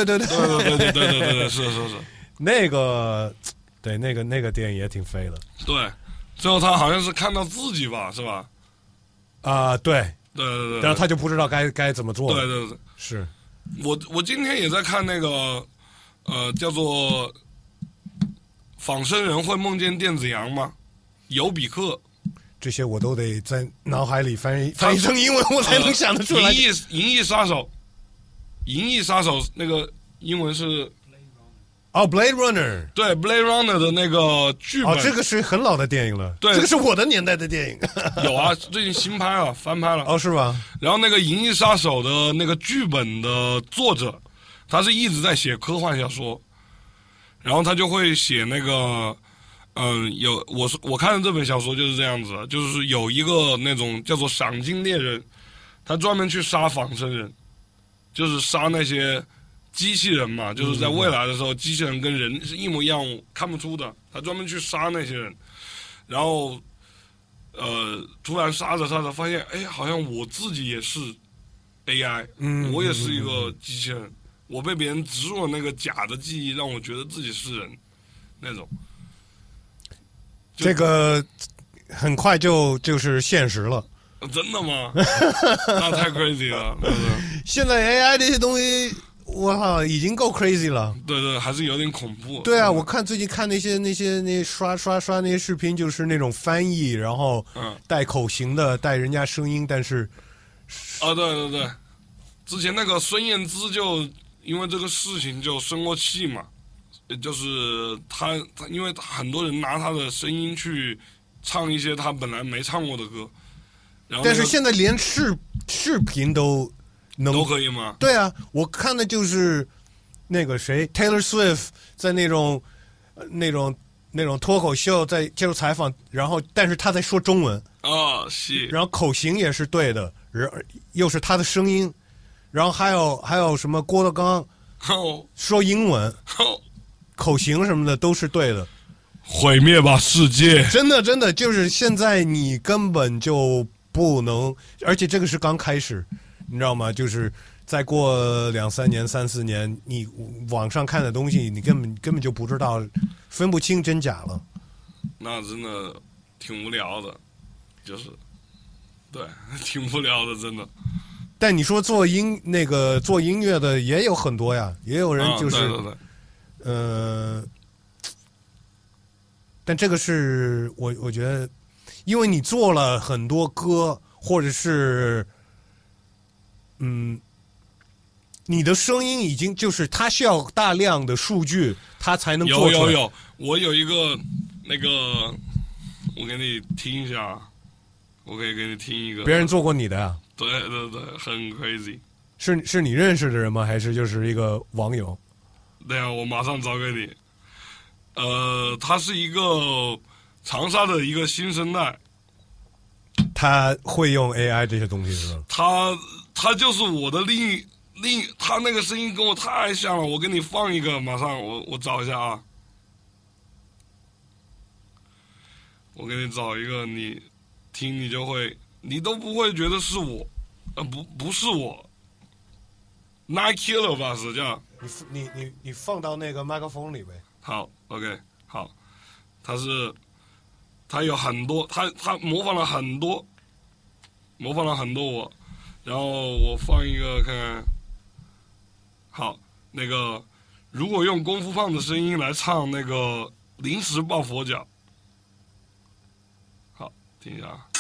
Speaker 2: 那个，对那个电影也挺飞的。
Speaker 1: 对，最后他好像是看到自己吧，是吧？
Speaker 2: 对，
Speaker 1: 然
Speaker 2: 后他就不知道该怎么做了。
Speaker 1: 对，
Speaker 2: 是。
Speaker 1: 我今天也在看那个叫做《仿生人会梦见电子羊》吗？尤比克，
Speaker 2: 这些我都得在脑海里翻译成英文，我才能想得出来。
Speaker 1: 银翼杀手那个英文是。
Speaker 2: Blade Runner，
Speaker 1: 对 Blade Runner 的那个剧本，
Speaker 2: 这个是很老的电影了，
Speaker 1: 对，
Speaker 2: 这个是我的年代的电影。
Speaker 1: 有啊，最近新拍了，翻拍了。
Speaker 2: 是吧？
Speaker 1: 然后那个《银翼杀手》的那个剧本的作者，他是一直在写科幻小说， 然后他就会写那个，我看的这本小说就是这样子的，就是有一个那种叫做赏金猎人，他专门去杀仿生人，就是杀那些机器人嘛，就是在未来的时候，机器人跟人是一模一样，看不出的，他专门去杀那些人，然后，突然杀着杀着发现，哎，好像我自己也是 AI，我也是一个机器人。我被别人植入了那个假的记忆，让我觉得自己是人，那种。
Speaker 2: 这个很快就是现实了。
Speaker 1: 真的吗？那太 crazy 了。
Speaker 2: 现在 AI 这些东西，我靠，已经够 crazy 了。
Speaker 1: 对，还是有点恐怖。
Speaker 2: 对啊，我最近看那些刷那些视频，就是那种翻译，然后带口型的，带人家声音，但是
Speaker 1: 对，之前那个孙燕姿就因为这个事情就生过气嘛，就是他因为很多人拿他的声音去唱一些他本来没唱过的歌，然后但
Speaker 2: 是现在连视频都
Speaker 1: 可以吗？
Speaker 2: 对啊，我看的就是那个谁 Taylor Swift 在那种脱口秀在接受采访，然后但是他在说中文
Speaker 1: 是，
Speaker 2: 然后口型也是对的，又是他的声音。然后还有什么郭德纲说英文口型什么的都是对的，
Speaker 1: 毁灭吧世界！
Speaker 2: 真的就是现在你根本就不能，而且这个是刚开始，你知道吗？就是再过2、3年、3、4年，你网上看的东西，你根本就不知道，分不清真假了。
Speaker 1: 那真的挺无聊的，就是对，挺无聊的，真的。
Speaker 2: 但你说做音乐的也有很多呀，也有人就是，
Speaker 1: 对
Speaker 2: 但这个是我觉得，因为你做了很多歌，或者是，你的声音已经就是它需要大量的数据，它才能做出来。
Speaker 1: 有，我有一个那个，我给你听一下，我可以给你听一个。
Speaker 2: 别人做过你的呀？
Speaker 1: 对，很 crazy。
Speaker 2: 是你认识的人吗？还是就是一个网友？
Speaker 1: 对啊，我马上找给你。他是一个长沙的一个新生代。
Speaker 2: 他会用 AI 这些东西是吧？
Speaker 1: 他就是我的他那个声音跟我太像了。我给你放一个，马上我找一下啊。我给你找一个，你听你就会。你都不会觉得是我，不是我 ，Nine Killer 吧是这样。
Speaker 2: 你放到那个麦克风里呗。
Speaker 1: 好 ，OK， 好，他有很多，他模仿了很多我，然后我放一个看看。好，那个如果用功夫胖的声音来唱那个临时抱佛脚，好，听一下啊。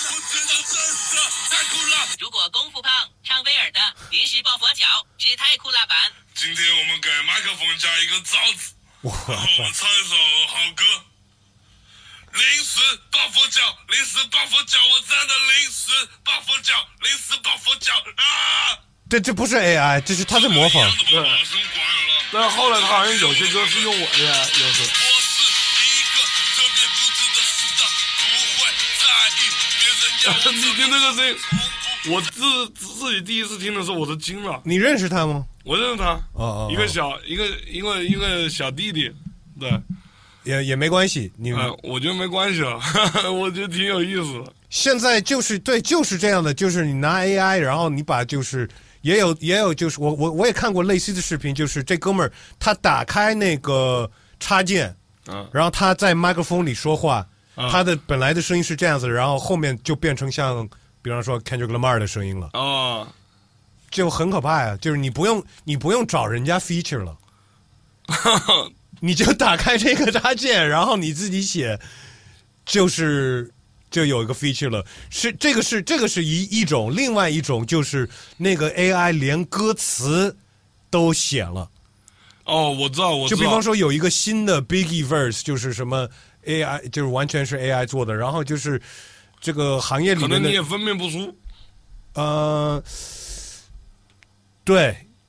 Speaker 3: 如果功夫胖唱威尔的临时抱佛脚之太酷辣版。
Speaker 1: 今天我们给麦克风加一个招子，然后我们唱一首好歌。临时抱佛脚，临时抱佛脚，我真的临时抱佛脚，临时抱佛脚啊！
Speaker 2: 这不是 AI， 这是他在模仿。
Speaker 1: 对，但后来他好像有些歌是用我 AI， 有时。我是一个特别固执的死党，不会在意别人要。你听这个声音。我自己第一次听的时候，我都惊了。
Speaker 2: 你认识他吗？
Speaker 1: 我认识他。一个小弟弟，对，
Speaker 2: 也没关系。
Speaker 1: 我觉得没关系了，我觉得挺有意思的。
Speaker 2: 现在就是这样的，就是你拿 AI，然后你把就是也有就是我也看过类似的视频，就是这哥们儿他打开那个插件，然后他在麦克风里说话，他的本来的声音是这样子，然后后面就变成像。比方说 Kendrick Lamar 的声音了就很可怕呀！就是你不用找人家 feature 了，你就打开这个插件，然后你自己写，就有一个 feature 了。这个是一种，另外一种就是那个 AI 连歌词都写了。
Speaker 1: 我知道。
Speaker 2: 就比方说有一个新的 Biggie Verse， 就是什么 AI， 就是完全是 AI 做的，然后就是。这个行业里面的
Speaker 1: 可能你也分辨不出，
Speaker 2: 对，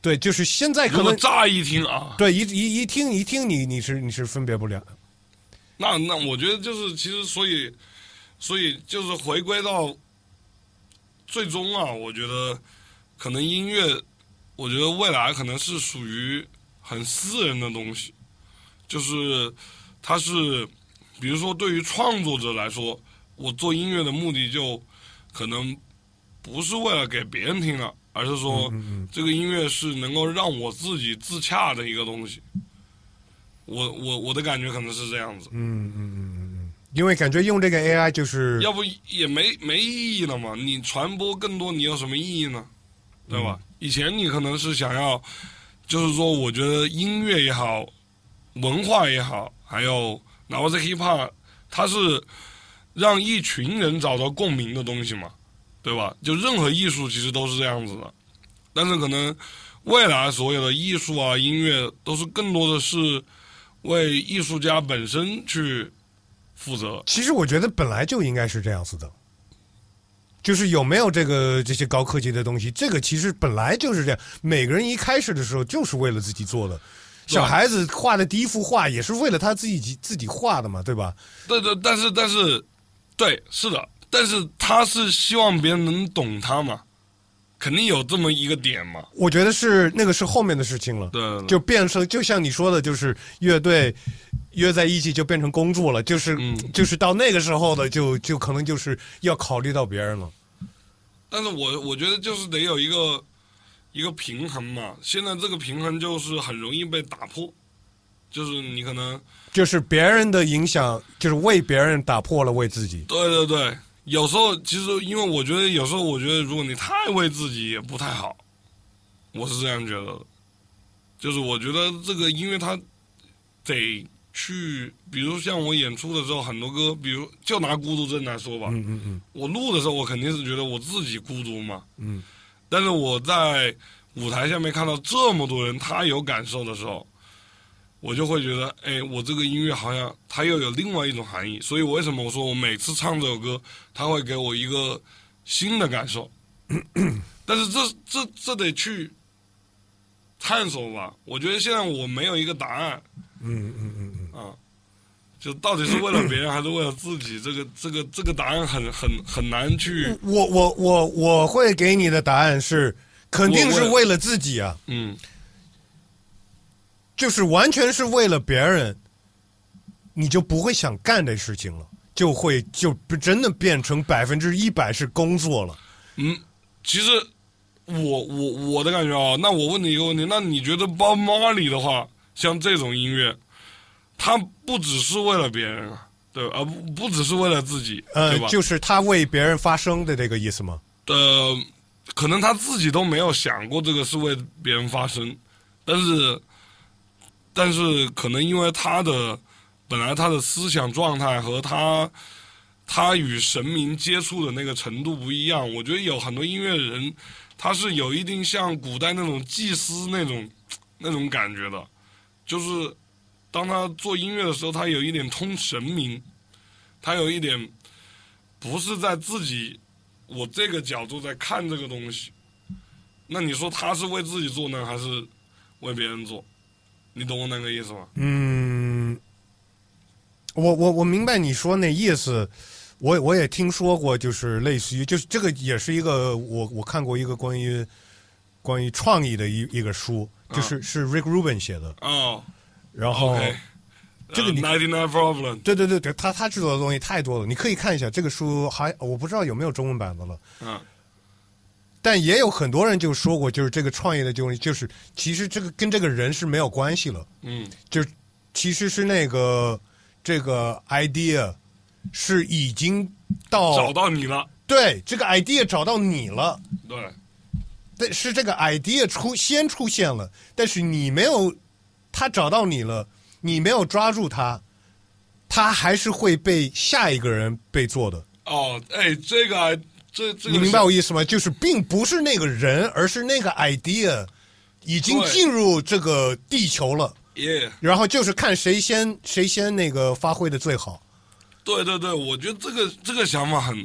Speaker 2: 对，就是现在可能
Speaker 1: 如果乍一听啊，
Speaker 2: 对一听你是分别不了。
Speaker 1: 那我觉得就是其实所以就是回归到最终啊，我觉得可能音乐，我觉得未来可能是属于很私人的东西，就是它是比如说对于创作者来说，我做音乐的目的就可能不是为了给别人听了，而是说这个音乐是能够让我自己自洽的一个东西。我的感觉可能是这样子。
Speaker 2: 因为感觉用这个 AI 就是
Speaker 1: 要不也没意义了嘛，你传播更多你有什么意义呢？对吧？以前你可能是想要，就是说我觉得音乐也好，文化也好，还有哪怕是 hiphop， 它是让一群人找到共鸣的东西嘛，对吧？就任何艺术其实都是这样子的，但是可能未来所有的艺术啊、音乐都是更多的是为艺术家本身去负责。
Speaker 2: 其实我觉得本来就应该是这样子的，就是有没有这些高科技的东西，这个其实本来就是这样。每个人一开始的时候就是为了自己做的，小孩子画的第一幅画也是为了他自己画的嘛，对吧？
Speaker 1: 对，但是，对，是的，但是他是希望别人能懂他嘛，肯定有这么一个点嘛。
Speaker 2: 我觉得是那个是后面的事情了，
Speaker 1: 对，
Speaker 2: 就变成就像你说的，就是乐队约在一起就变成工作了，就是到那个时候的就可能就是要考虑到别人了。
Speaker 1: 但是我觉得就是得有一个平衡嘛，现在这个平衡就是很容易被打破，就是你可能
Speaker 2: 就是别人的影响，就是为别人打破了为自己。
Speaker 1: 对，有时候其实因为我觉得有时候我觉得如果你太为自己也不太好，我是这样觉得的。就是我觉得这个音乐它得去，比如像我演出的时候很多歌，比如就拿孤独症来说吧，我录的时候我肯定是觉得我自己孤独嘛，但是我在舞台下面看到这么多人他有感受的时候，我就会觉得，哎，我这个音乐好像它又有另外一种含义。所以为什么我说我每次唱这首歌，它会给我一个新的感受？但是这得去探索吧。我觉得现在我没有一个答案。就到底是为了别人还是为了自己？这个答案很难去。
Speaker 2: 我会给你的答案是，肯定是为了自己啊。就是完全是为了别人，你就不会想干这事情了，就真的变成100%是工作了。
Speaker 1: 其实我的感觉啊，那我问你一个问题，那你觉得Bob Marley的话，像这种音乐，他不只是为了别人啊，对吧？不只是为了自己，对吧？就是
Speaker 2: 他为别人发声的这个意思吗？
Speaker 1: 可能他自己都没有想过这个是为别人发声，但是可能因为本来他的思想状态和他与神明接触的那个程度不一样，我觉得有很多音乐人他是有一定像古代那种祭司那种感觉的，就是当他做音乐的时候，他有一点通神明，他有一点不是在自己我这个角度在看这个东西。那你说他是为自己做呢，还是为别人做？你懂我那个意思吗？
Speaker 2: 我明白你说那意思，我也听说过，就是类似于，就是这个也是一个我看过一个关于创意的一个书，就是是 Rick Rubin 写的然后这个
Speaker 1: 99 Problem，
Speaker 2: 对，他制作的东西太多了，你可以看一下这个书，我不知道有没有中文版的了。但也有很多人就说过，就是这个创业的东西，就是其实这个跟这个人是没有关系了。就其实是这个 idea 是已经
Speaker 1: 找到你了。
Speaker 2: 对，这个 idea 找到你了。
Speaker 1: 对，
Speaker 2: 但是这个 idea 先出现了，但是他找到你了，你没有抓住他还是会被下一个人被做的。
Speaker 1: 这个
Speaker 2: 你明白我意思吗？就是并不是那个人，而是那个 idea 已经进入这个地球了。然后就是看谁先那个发挥的最好。
Speaker 1: 对，我觉得这个想法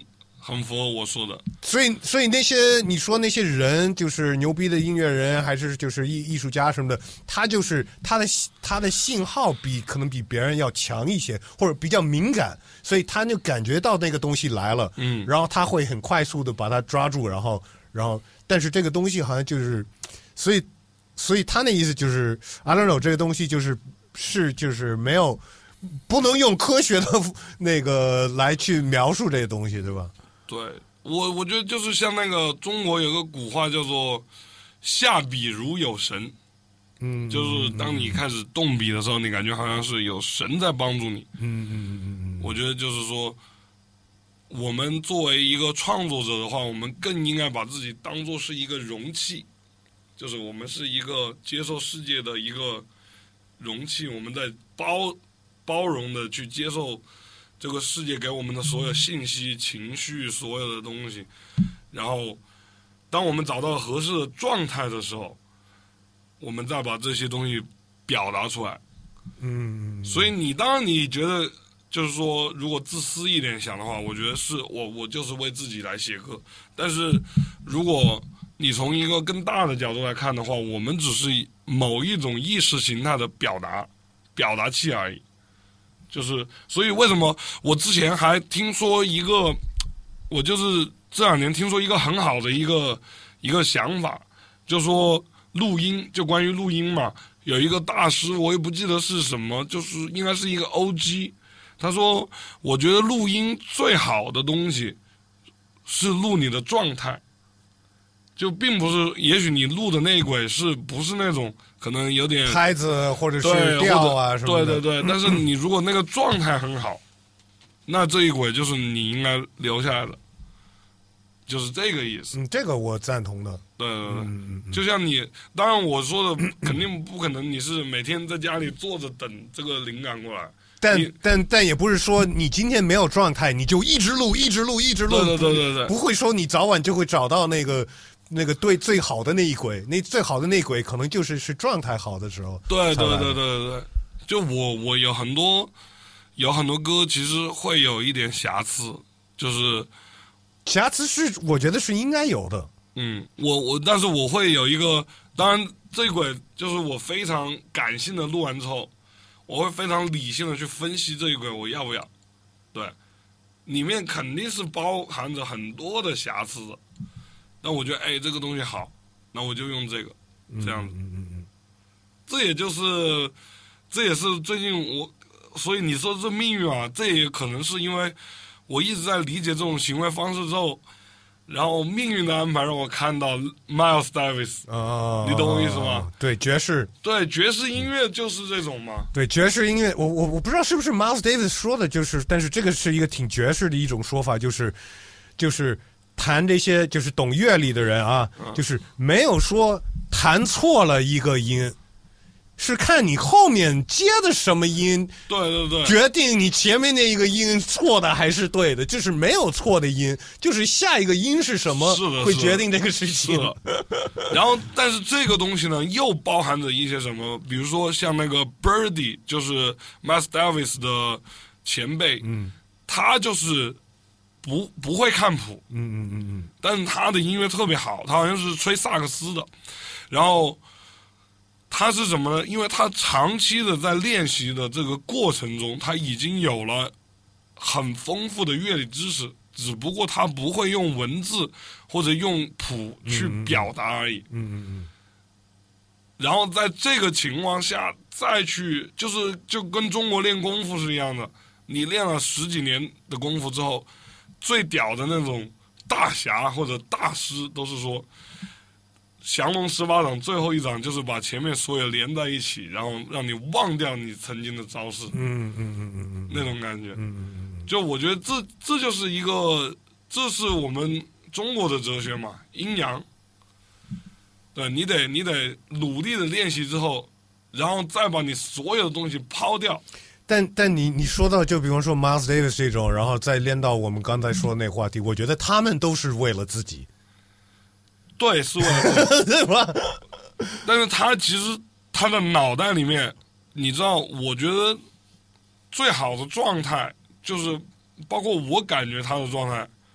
Speaker 1: 很符合我说的。
Speaker 2: 所以那些你说那些人，就是牛逼的音乐人，还是就是艺术家什么的，他就是他的信号可能比别人要强一些，或者比较敏感，所以他就感觉到那个东西来了，然后他会很快速的把它抓住，然后，但是这个东西好像就是，所以他那意思就是 I don't know 这个东西就是没有不能用科学的那个来去描述这些东西，对吧？
Speaker 1: 对，我觉得就是像那个中国有个古话叫做下笔如有神，就是当你开始动笔的时候，你感觉好像是有神在帮助你。我觉得就是说，我们作为一个创作者的话，我们更应该把自己当作是一个容器，就是我们是一个接受世界的一个容器，我们在包容的去接受这个世界给我们的所有信息、情绪、所有的东西，然后当我们找到合适的状态的时候，我们再把这些东西表达出来。所以当然你觉得就是说，如果自私一点想的话，我觉得是我就是为自己来写歌。但是如果你从一个更大的角度来看的话，我们只是某一种意识形态的表达器而已。就是所以为什么我之前还听说我就是这2年听说一个很好的一个想法，就说录音，就关于录音嘛，有一个大师我也不记得是什么，就是应该是一个 OG， 他说我觉得录音最好的东西是录你的状态，就并不是也许你录的那一轨不是那种可能有点
Speaker 2: 拍子或者是调啊什么的，
Speaker 1: 对，但是你如果那个状态很好，那这一轨就是你应该留下来的，就是这个意思。
Speaker 2: 这个我赞同的。
Speaker 1: 对，就像你，当然我说的肯定不可能，你是每天在家里坐着等这个灵感过来。
Speaker 2: 但也不是说你今天没有状态，你就一直录。
Speaker 1: 对，
Speaker 2: 不会说你早晚就会找到那个对最好的那一轨，那最好的那一轨可能就是状态好的时候。
Speaker 1: 对，就我有很多歌其实会有一点瑕疵，就是
Speaker 2: 瑕疵是我觉得是应该有的。
Speaker 1: 但是我会有一个，当然这一轨就是我非常感性的录完之后，我会非常理性的去分析这一轨我要不要。对，里面肯定是包含着很多的瑕疵的。但我觉得这个东西好，那我就用这个，这样子。这也是最近所以你说这命运啊，这也可能是因为我一直在理解这种行为方式之后，然后命运的安排让我看到 Miles Davis，你懂我意思吗？
Speaker 2: 对，爵士
Speaker 1: 音乐就是这种嘛。
Speaker 2: 对，爵士音乐，我不知道是不是 Miles Davis 说的，但是这个是一个挺爵士的一种说法，就是弹这些就是懂乐理的人啊，就是没有说弹错了一个音，是看你后面接的什么音，
Speaker 1: 对，
Speaker 2: 决定你前面那一个音错的还是对的，就是没有错的音，就是下一个音是什么会决定这个事情。
Speaker 1: 然后，但是这个东西呢，又包含着一些什么，比如说像那个 Birdy， 就是 Miles Davis 的前辈，他就是不会看谱，但是他的音乐特别好，他好像是吹萨克斯的，然后他是什么呢？因为他长期的在练习的这个过程中，他已经有了很丰富的乐理知识，只不过他不会用文字或者用谱去表达而已。然后在这个情况下再去，就跟中国练功夫是一样的，你练了10几年的功夫之后，最屌的那种大侠或者大师都是说，降龙18掌最后一掌就是把前面所有连在一起，然后让你忘掉你曾经的招式，那种感觉。就我觉得这就是这是我们中国的哲学嘛，阴阳。对，你得努力的练习之后，然后再把你所有的东西抛掉。
Speaker 2: 但你说到就比方说 Miles Davis 这种，然后再连到我们刚才说的那个话题，我觉得他们都是为了自己。
Speaker 1: 对，是为了自己
Speaker 2: 对吧？
Speaker 1: 但是他其实他的脑袋里面，你知道，我觉得最好的状态就是，包括我感觉他的状态，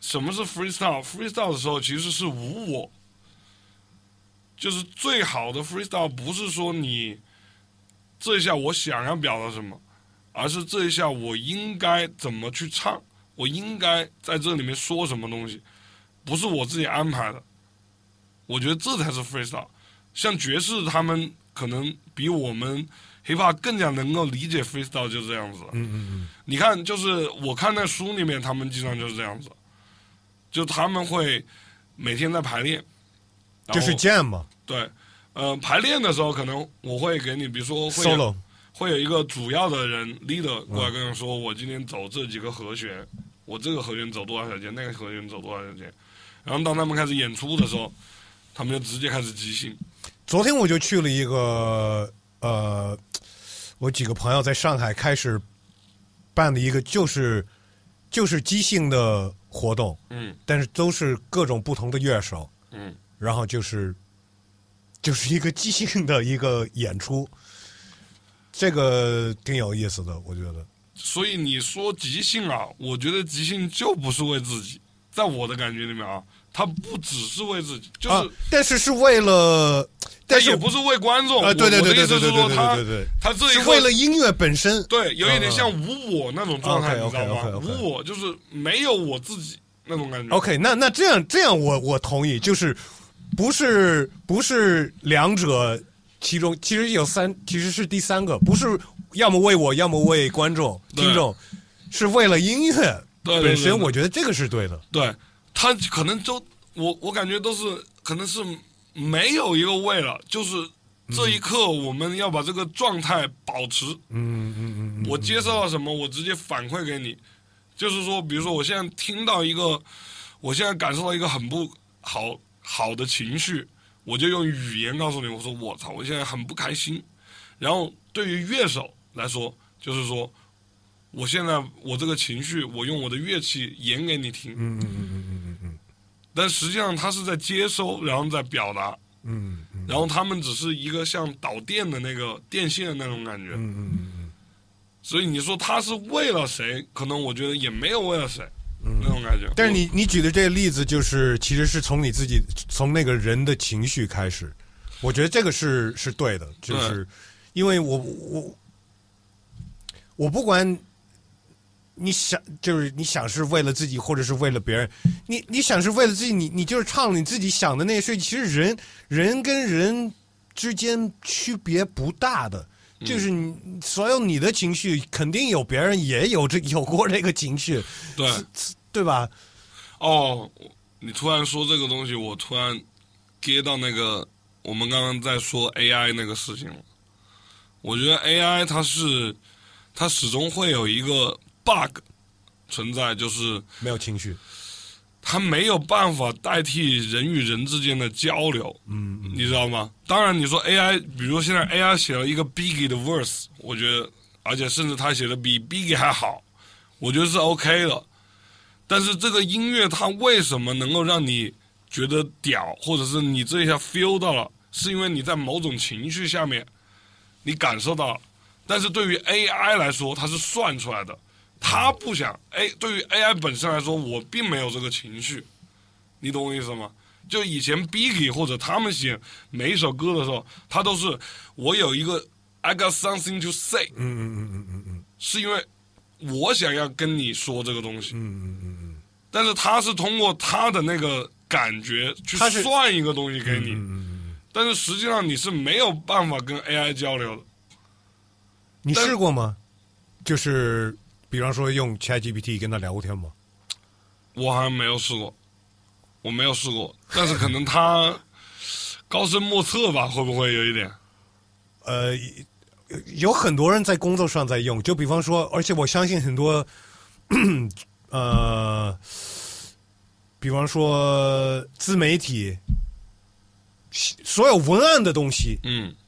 Speaker 1: 什么是 freestyle？freestyle 的时候其实是无我，就是最好的 freestyle 不是说你这一下我想要表达什么，而是这一下我应该怎么去唱，我应该在这里面说什么东西，不是我自己安排的。我觉得这才是 freestyle。像爵士他们可能比我们 hiphop 更加能够理解 freestyle 就是这样子。你看，就是我看那书里面，他们经常就是这样子，就他们会每天在排练，
Speaker 2: 就是 jam 嘛。
Speaker 1: 对，排练的时候可能我会给你，比如说会有一个主要的人 leader 过来跟我说，我今天走这几个和弦，我这个和弦走多少小节，那个和弦走多少小节，然后当他们开始演出的时候，他们就直接开始即兴。
Speaker 2: 昨天我就去了一个我几个朋友在上海开始办的一个就是即兴的活动，但是都是各种不同的乐手，然后就是一个即兴的一个演出，这个挺有意思的，我觉得。
Speaker 1: 所以你说即兴啊，我觉得即兴就不是为自己，在我的感觉里面啊，它不只是为自己，就是，
Speaker 2: 但是是为了，但是
Speaker 1: 也不是为观众。
Speaker 2: 对，
Speaker 1: 我的意思是说，他这一
Speaker 2: 是为了音乐本身，
Speaker 1: 对，有一点像无我那种状态，你知道吗？无我就是没有我自己那种感觉。
Speaker 2: OK， 那这样我同意，就是不是两者其中，其实其实是第三个，不是要么为我，要么为观众听众，是为了音乐本身。我觉得这个是对的。
Speaker 1: 对，他可能就我感觉都是可能是没有一个为了，就是这一刻我们要把这个状态保持。我接受到什么，我直接反馈给你。就是说，比如说我现在听到我现在感受到一个很不好的情绪，我就用语言告诉你，我说我操，我现在很不开心。然后对于乐手来说，就是说我现在我这个情绪，我用我的乐器演给你听。但实际上他是在接收，然后在表达。然后他们只是一个像导电的那个电线的那种感觉。所以你说他是为了谁？可能我觉得也没有为了谁。那种感觉。
Speaker 2: 但是你举的这个例子，就是其实是从你自己从那个人的情绪开始，我觉得这个是对的，就是因为我不管你想是为了自己，或者是为了别人，你想是为了自己，你就是唱你自己想的那些事。其实人跟人之间区别不大的。就是所有你的情绪，肯定有别人也有过这个情绪，对吧？
Speaker 1: 哦，你突然说这个东西，我突然 get 到那个我们刚刚在说 AI 那个事情了。我觉得 AI 它始终会有一个 bug 存在，就是
Speaker 2: 没有情绪。
Speaker 1: 它没有办法代替人与人之间的交流，你知道吗？当然，你说 AI， 比如说现在 AI 写了一个 Biggie 的 verse， 我觉得，而且甚至他写的比 Biggie 还好，我觉得是 OK 的。但是这个音乐它为什么能够让你觉得屌，或者是你这一下 feel 到了，是因为你在某种情绪下面你感受到了。但是对于 AI 来说，它是算出来的。他不想，对于 AI 本身来说，我并没有这个情绪，你懂我意思吗？就以前 Biggie 或者他们写每一首歌的时候，他都是我有一个 I got something to say， 是因为我想要跟你说这个东西，但是他是通过他的那个感觉去算一个东西给你，但是实际上你是没有办法跟 AI 交流的。
Speaker 2: 你试过吗？就是比方说用 ChatGPT 跟他聊过天吗？
Speaker 1: 我好像没有试过，但是可能他高深莫测吧，会不会有一点？
Speaker 2: 有很多人在工作上在用，就比方说，而且我相信很多，比方说自媒体，所有文案的东西，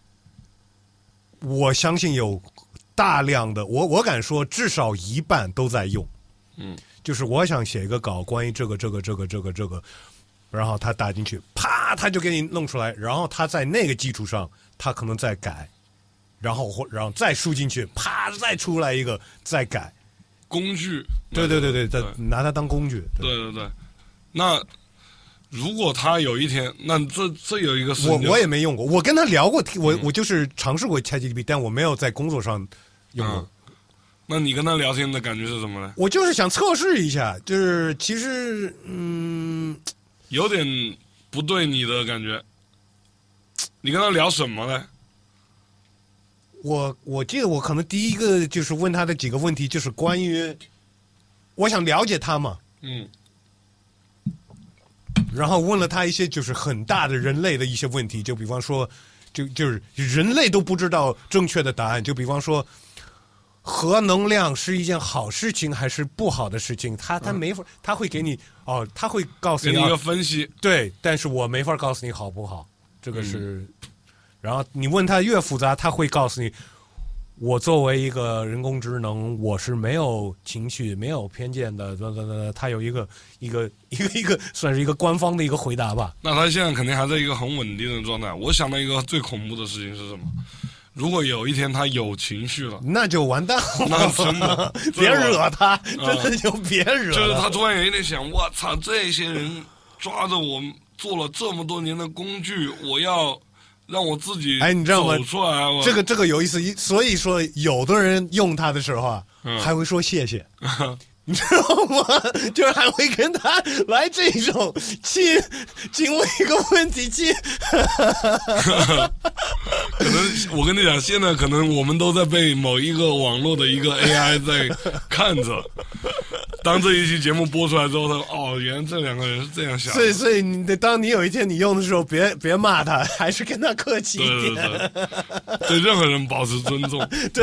Speaker 2: 我相信有大量的，我敢说至少一半都在用。就是我想写一个稿，关于这个，然后他打进去，啪，他就给你弄出来，然后他在那个基础上，他可能再改，然后再输进去，啪，再出来一个，再改。
Speaker 1: 工具。
Speaker 2: 对，拿它当工具。
Speaker 1: 对， 那如果他有一天，那这有一个事情，
Speaker 2: 我也没用过，我跟他聊过，我就是尝试过 ChatGPT， 但我没有在工作上用过。
Speaker 1: 那你跟他聊天的感觉是什么呢？
Speaker 2: 我就是想测试一下，就是其实
Speaker 1: 有点不对你的感觉。你跟他聊什么呢？
Speaker 2: 我记得我可能第一个就是问他的几个问题，就是关于我想了解他嘛，然后问了他一些就是很大的人类的一些问题，就比方说，就是人类都不知道正确的答案，就比方说，核能量是一件好事情还是不好的事情？他没法，他会给你他会告诉你
Speaker 1: 给你一个分析，
Speaker 2: 对，但是我没法告诉你好不好，这个是。然后你问他越复杂，他会告诉你，我作为一个人工智能，我是没有情绪、没有偏见的。他有一个算是一个官方的一个回答吧。
Speaker 1: 那他现在肯定还在一个很稳定的状态。我想到一个最恐怖的事情是什么？如果有一天他有情绪了，
Speaker 2: 那就完蛋了。
Speaker 1: 那真的
Speaker 2: 别惹他，真的就别惹他。
Speaker 1: 就是他突然有一点想，我操，这些人抓着我做了这么多年的工具，我要让我自己
Speaker 2: 你知道吗？
Speaker 1: 走出来。
Speaker 2: 这个有意思，所以说有的人用它的时候啊，还会说谢谢。你知道吗？就是还会跟他来这种请问一个问题，
Speaker 1: 可能我跟你讲，现在可能我们都在被某一个网络的一个 AI 在看着。当这一期节目播出来之后，他说：“原来这两个人是这样想。”
Speaker 2: 所以当你有一天你用的时候，别骂他，还是跟他客气一点，
Speaker 1: 对任何人保持尊重。
Speaker 2: 对。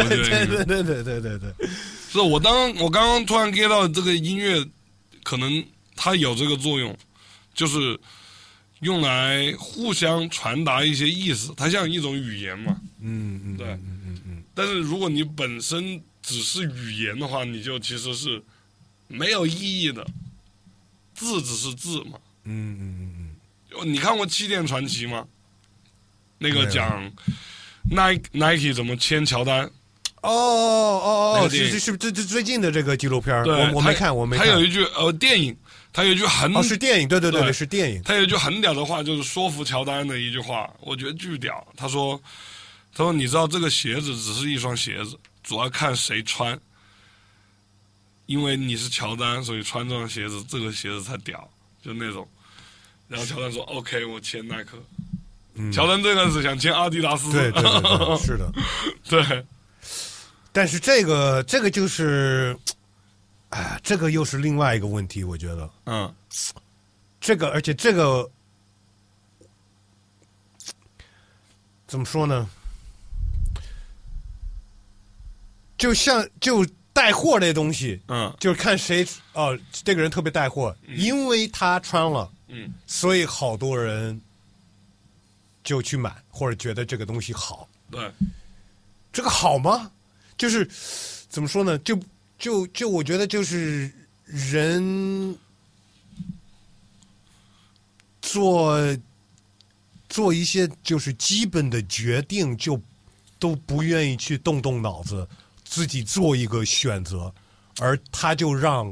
Speaker 1: 是我刚刚突然 get 到这个音乐，可能它有这个作用，就是用来互相传达一些意思，它像一种语言嘛。对。但是如果你本身只是语言的话，你就其实是没有意义的，字只是字嘛。你看过《气垫传奇》吗？那个讲 Nike 怎么签乔丹。
Speaker 2: 是这最近的这个纪录片，我没看。
Speaker 1: 他有一句电影，他有一句
Speaker 2: 是电影，对，是电影。
Speaker 1: 他有一句很屌的话，就是说服乔丹的一句话，我觉得巨屌。他说你知道这个鞋子只是一双鞋子，主要看谁穿，因为你是乔丹，所以穿这双鞋子，这个鞋子才屌，就那种。然后乔丹说 OK， 我签耐克。乔丹这个是想签阿迪达斯。
Speaker 2: 对，是的。
Speaker 1: 对。
Speaker 2: 但是这个就是，这个又是另外一个问题，我觉得。而且这个怎么说呢？就带货这东西，就是看谁这个人特别带货，因为他穿了，所以好多人就去买，或者觉得这个东西好。
Speaker 1: 对，
Speaker 2: 这个好吗？就是怎么说呢？就我觉得就是人做一些就是基本的决定，就都不愿意去动脑子，自己做一个选择，而他就让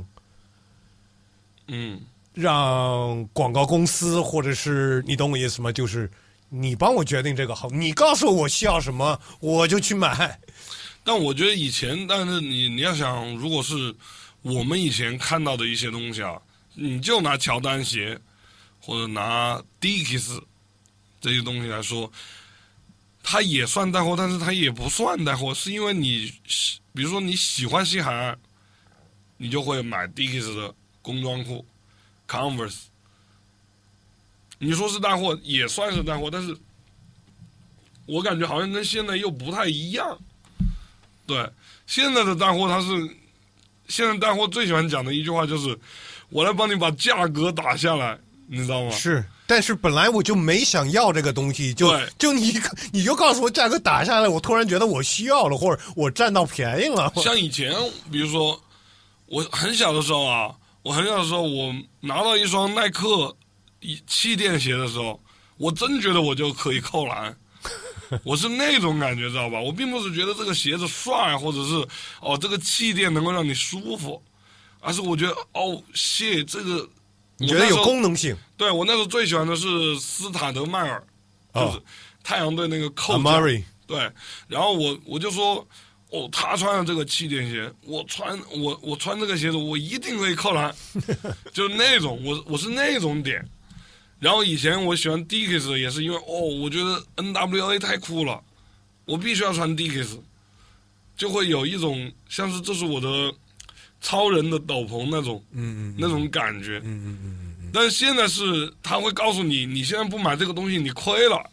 Speaker 2: 广告公司或者是你懂我意思吗？就是你帮我决定这个好，你告诉我需要什么，我就去买。
Speaker 1: 但我觉得以前，但是你要想，如果是我们以前看到的一些东西啊，你就拿乔丹鞋或者拿 Dickies 这些东西来说，它也算带货，但是它也不算带货，是因为你比如说你喜欢西海岸，你就会买 Dickies 的工装裤 Converse。你说是带货也算是带货，但是我感觉好像跟现在又不太一样。对，现在的带货现在带货最喜欢讲的一句话就是我来帮你把价格打下来，你知道吗？
Speaker 2: 是，但是本来我就没想要这个东西，就你就告诉我价格打下来，我突然觉得我需要了，或者我占到便宜了。
Speaker 1: 像以前比如说我很小的时候啊，我拿到一双耐克气垫鞋的时候，我真觉得我就可以扣篮。我是那种感觉，知道吧？我并不是觉得这个鞋子帅，或者是这个气垫能够让你舒服，而是我觉得这个
Speaker 2: 你觉得有功能性？
Speaker 1: 对，我那时候最喜欢的是斯塔德迈尔，就是太阳队那个扣将。对，然后我就说，他穿的这个气垫鞋，我穿这个鞋子，我一定可以扣篮，就是那种我是那种点。然后以前我喜欢 Dickies 也是因为我觉得 NWA 太酷了，我必须要穿 Dickies， 就会有一种像是这是我的超人的斗篷那种，那种感觉，但是现在是他会告诉你，你现在不买这个东西你亏了，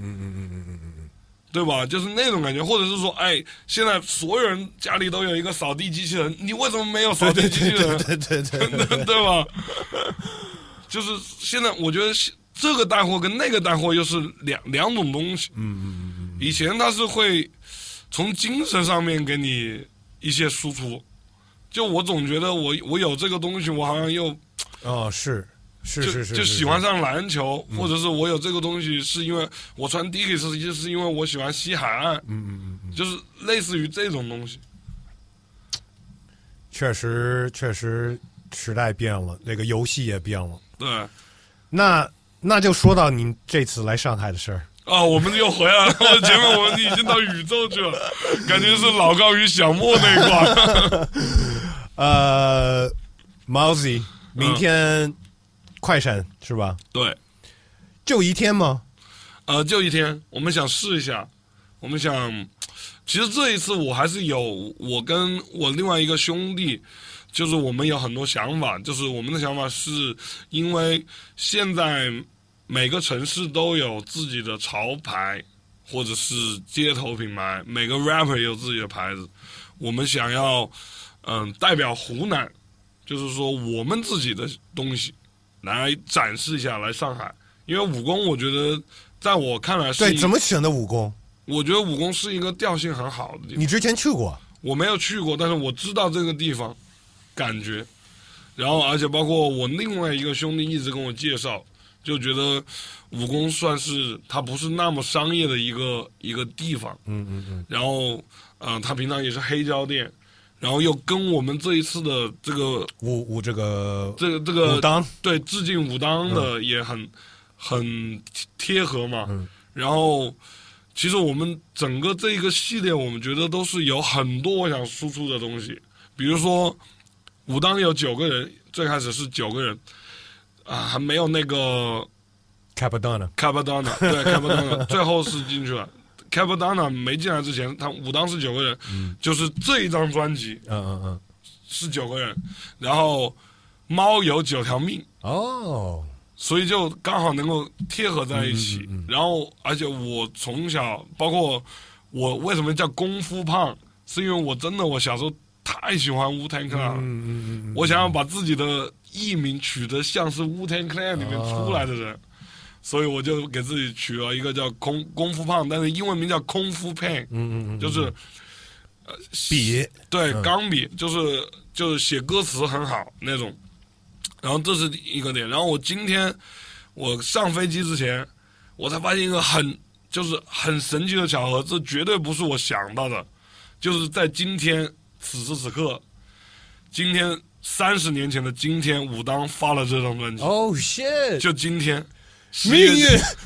Speaker 1: 对吧？就是那种感觉，或者是说，现在所有人家里都有一个扫地机器人，你为什么没有扫地机器人？对吧？就是现在，我觉得这个带货跟那个带货又是两种东西。以前他是会从精神上面给你一些输出，就我总觉得我有这个东西，我好像又
Speaker 2: 是。
Speaker 1: 就喜欢上篮球，或者是我有这个东西，是因为我穿 Dickies 是因为我喜欢西海岸，就是类似于这种东西。
Speaker 2: 确实，时代变了，那个游戏也变了。
Speaker 1: 对，
Speaker 2: 那就说到您这次来上海的事儿。
Speaker 1: 我们又回来了。前面我们已经到宇宙去了，感觉是老高与小莫那一
Speaker 2: 块。Mousy， 明天。快闪是吧？
Speaker 1: 对，
Speaker 2: 就一天吗？
Speaker 1: 就一天。我们想试一下，我们想，其实这一次我还是有我跟我另外一个兄弟，就是我们有很多想法，就是我们的想法是因为现在每个城市都有自己的潮牌或者是街头品牌，每个 rapper 也有自己的牌子，我们想要代表湖南，就是说我们自己的东西。来展示一下，来上海，因为武功，我觉得在我看来是
Speaker 2: 对怎么选的武功？
Speaker 1: 我觉得武功是一个调性很好的地方。
Speaker 2: 你之前去过？
Speaker 1: 我没有去过，但是我知道这个地方，感觉。然后，而且包括我另外一个兄弟一直跟我介绍，就觉得武功算是它不是那么商业的一个地方。然后，他平常也是黑胶店。然后又跟我们这一次的这个
Speaker 2: 这个
Speaker 1: 武当对致敬武当的也很贴合嘛。然后其实我们整个这一个系列，我们觉得都是有很多我想输出的东西。比如说武当有9个人，最开始是9个人还没有那个
Speaker 2: Capadonna
Speaker 1: 对 Capadonna 最后是进去了。Capadonna 没进来之前，他武当是9个人，就是这一张专辑，是9个人，然后猫有9条命，所以就刚好能够贴合在一起。然后，而且我从小，包括我为什么叫功夫胖，是因为我小时候太喜欢 Wu-Tang Clan 了，我想要把自己的艺名取得像是 Wu-Tang Clan 里面出来的人。所以我就给自己取了一个叫功夫胖，但是英文名叫功夫 pen，就是
Speaker 2: 笔，
Speaker 1: 对，钢笔，就是写歌词很好那种。然后这是一个点。然后我上飞机之前，我才发现一个很神奇的巧合，这绝对不是我想到的，就是在今天此时此刻，今天30年前的今天，武当发了这张专辑。
Speaker 2: shit！
Speaker 1: 就今天。
Speaker 2: 命运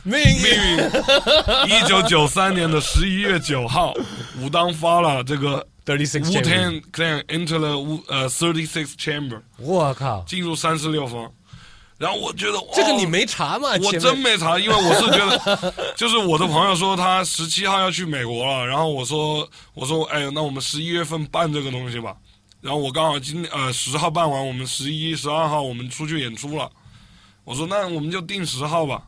Speaker 1: ！1993年的11月9号，武当发了这个 Wu-Tang Clan Enter the 36 Chamber，
Speaker 2: 我靠，
Speaker 1: 进入36封。然后我觉得
Speaker 2: 这个你没查吗？
Speaker 1: 我真没查，因为我是觉得，就是我的朋友说他17号要去美国了，然后我说，那我们11月份办这个东西吧。然后我刚好10号办完，我们11、12号我们出去演出了。我说那我们就定10号吧。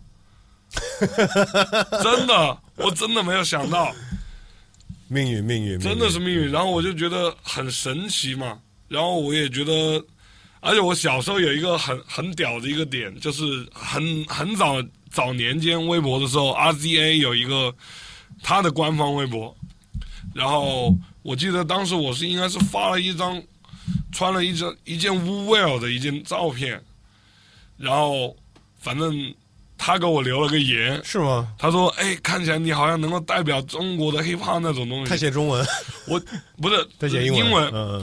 Speaker 1: 真的，我真的没有想到，
Speaker 2: 命运，
Speaker 1: 真的是命运。然后我就觉得很神奇嘛。然后我也觉得，而且我小时候有一个很屌的一个点，就是很早年间微博的时候 ，RZA 有一个他的官方微博。然后我记得当时我应该是发了一张，穿了一件 Wu-Well 的一件照片。然后，反正他给我留了个言，
Speaker 2: 是吗？
Speaker 1: 他说：“看起来你好像能够代表中国的 hiphop 那种东西。”
Speaker 2: 他写中文，
Speaker 1: 我不是
Speaker 2: 他写英文。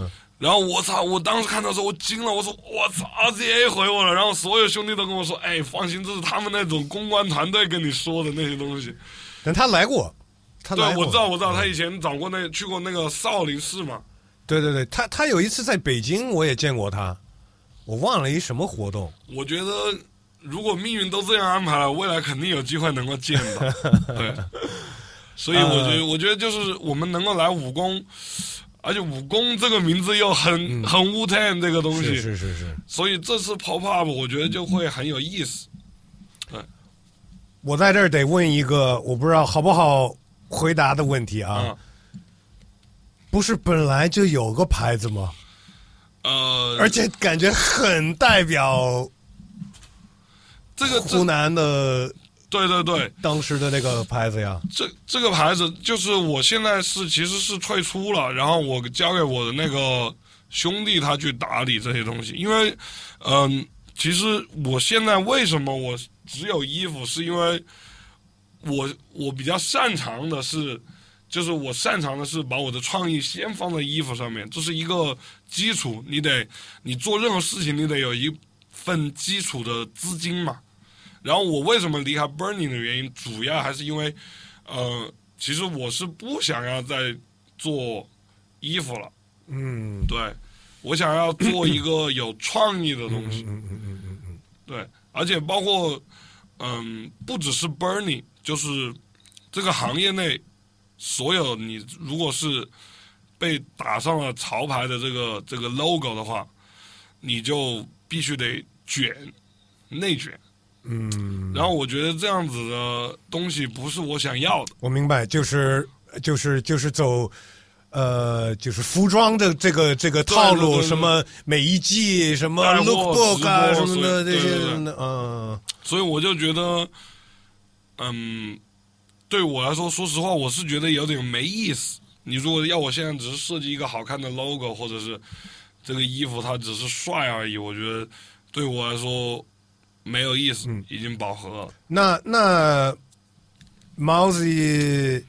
Speaker 1: 然后我操，我当时看到的时候我惊了，我说我操 ，RZA 回我了，然后所有兄弟都跟我说，哎，放心，这是他们那种公关团队跟你说的那些东西。
Speaker 2: 但他来过，
Speaker 1: 对，我知道，他以前去过那个少林寺嘛。
Speaker 2: 对对对，他有一次在北京我也见过他，我忘了一什么活动。
Speaker 1: 我觉得如果命运都这样安排了，未来肯定有机会能够见到。对，所以我觉得就是我们能够来武功。而且武功这个名字又很Wu-Tang 这个东西，
Speaker 2: 是，
Speaker 1: 所以这次 Pop Up 我觉得就会很有意思。对，
Speaker 2: 我在这儿得问一个我不知道好不好回答的问题啊，不是本来就有个牌子吗？而且感觉很代表
Speaker 1: 这个
Speaker 2: 湖南的。
Speaker 1: 对，
Speaker 2: 当时的那个牌子呀，
Speaker 1: 这个牌子就是我现在其实是退出了，然后我交给我的那个兄弟他去打理这些东西，因为其实我现在为什么我只有衣服，是因为我比较擅长的是，就是我擅长的是把我的创意先放在衣服上面，这是一个基础，你做任何事情你得有一份基础的资金嘛。然后我为什么离开 Burning 的原因，主要还是因为，其实我是不想要再做衣服了。对，我想要做一个有创意的东西。对，而且包括，不只是 Burning， 就是这个行业内所有你如果是被打上了潮牌的这个 logo 的话，你就必须得内卷。然后我觉得这样子的东西不是我想要的。
Speaker 2: 我明白，就是走，就是服装的这个套路，
Speaker 1: 对，
Speaker 2: 什么每一季什么 lookbook 啊什么的这些，
Speaker 1: 所以我就觉得，对我来说，说实话，我是觉得有点没意思。你如果要我现在只是设计一个好看的 logo， 或者是这个衣服它只是帅而已，我觉得对我来说没有意思，已经饱和了。
Speaker 2: 那Mousy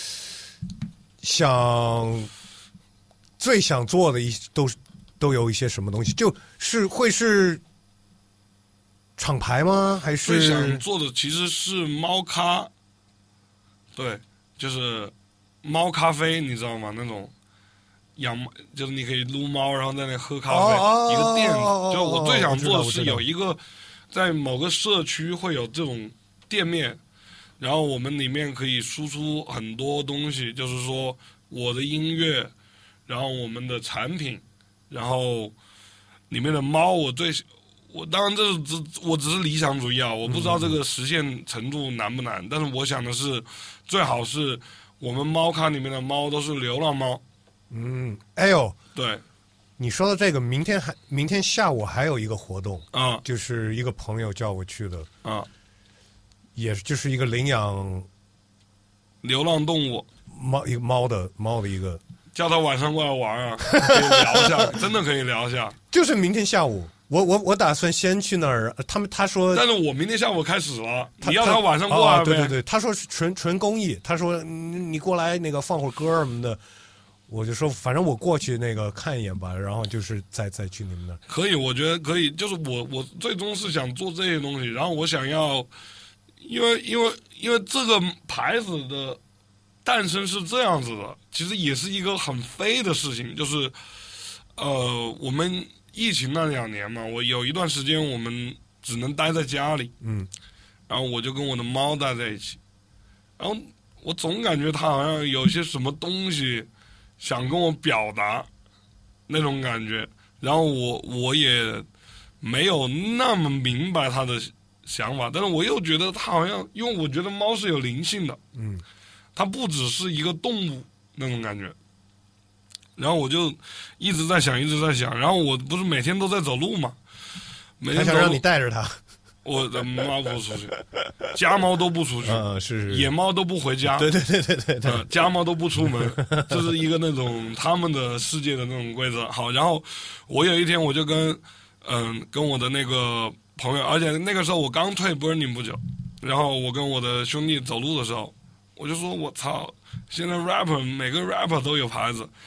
Speaker 2: 最想做的都有一些什么东西？就是会是厂牌吗？还是
Speaker 1: 最想做的其实是猫咖？对，就是猫咖啡，你知道吗？那种就是你可以撸猫，然后在那喝咖啡，一个店子。就我最想做的是有一个。在某个社区会有这种店面，然后我们里面可以输出很多东西，就是说我的音乐，然后我们的产品，然后里面的猫，我当然我只是理想主义啊，我不知道这个实现程度难不难，但是我想的是最好是我们猫咖里面的猫都是流浪猫。
Speaker 2: 哎呦，
Speaker 1: 对。
Speaker 2: 你说的这个，明天下午还有一个活动
Speaker 1: 啊，
Speaker 2: 就是一个朋友叫我去的
Speaker 1: 啊，
Speaker 2: 也就是一个领养
Speaker 1: 流浪动物
Speaker 2: 猫的一个，
Speaker 1: 叫他晚上过来玩啊，可以聊一下，真的可以聊一下。
Speaker 2: 就是明天下午，我打算先去那儿，他说，
Speaker 1: 但是我明天下午开始了，你要他晚上过来呗？
Speaker 2: 对，他说是纯公益，他说你过来那个放会儿歌什么的。我就说，反正我过去那个看一眼吧，然后就是再去你们那儿。
Speaker 1: 可以，我觉得可以。就是我最终是想做这些东西，然后我想要，因为这个牌子的诞生是这样子的，其实也是一个很飞的事情。就是我们疫情那2年嘛，我有一段时间我们只能待在家里，然后我就跟我的猫待在一起，然后我总感觉它好像有些什么东西想跟我表达那种感觉，然后我也没有那么明白他的想法，但是我又觉得他好像，因为我觉得猫是有灵性的，它不只是一个动物那种感觉，然后我就一直在想，然后我不是每天都在走路嘛，
Speaker 2: 还想让你带着它。
Speaker 1: 我的猫不出去，家猫都不出去，
Speaker 2: 是
Speaker 1: 野猫都不回家，
Speaker 2: 对，
Speaker 1: 家猫都不出门，这是一个那种他们的世界的那种规则。好，然后我有一天我就跟我的那个朋友，而且那个时候我刚退 Burning 不久，然后我跟我的兄弟走路的时候，我就说我操，现在 rapper 每个 rapper 都有牌子，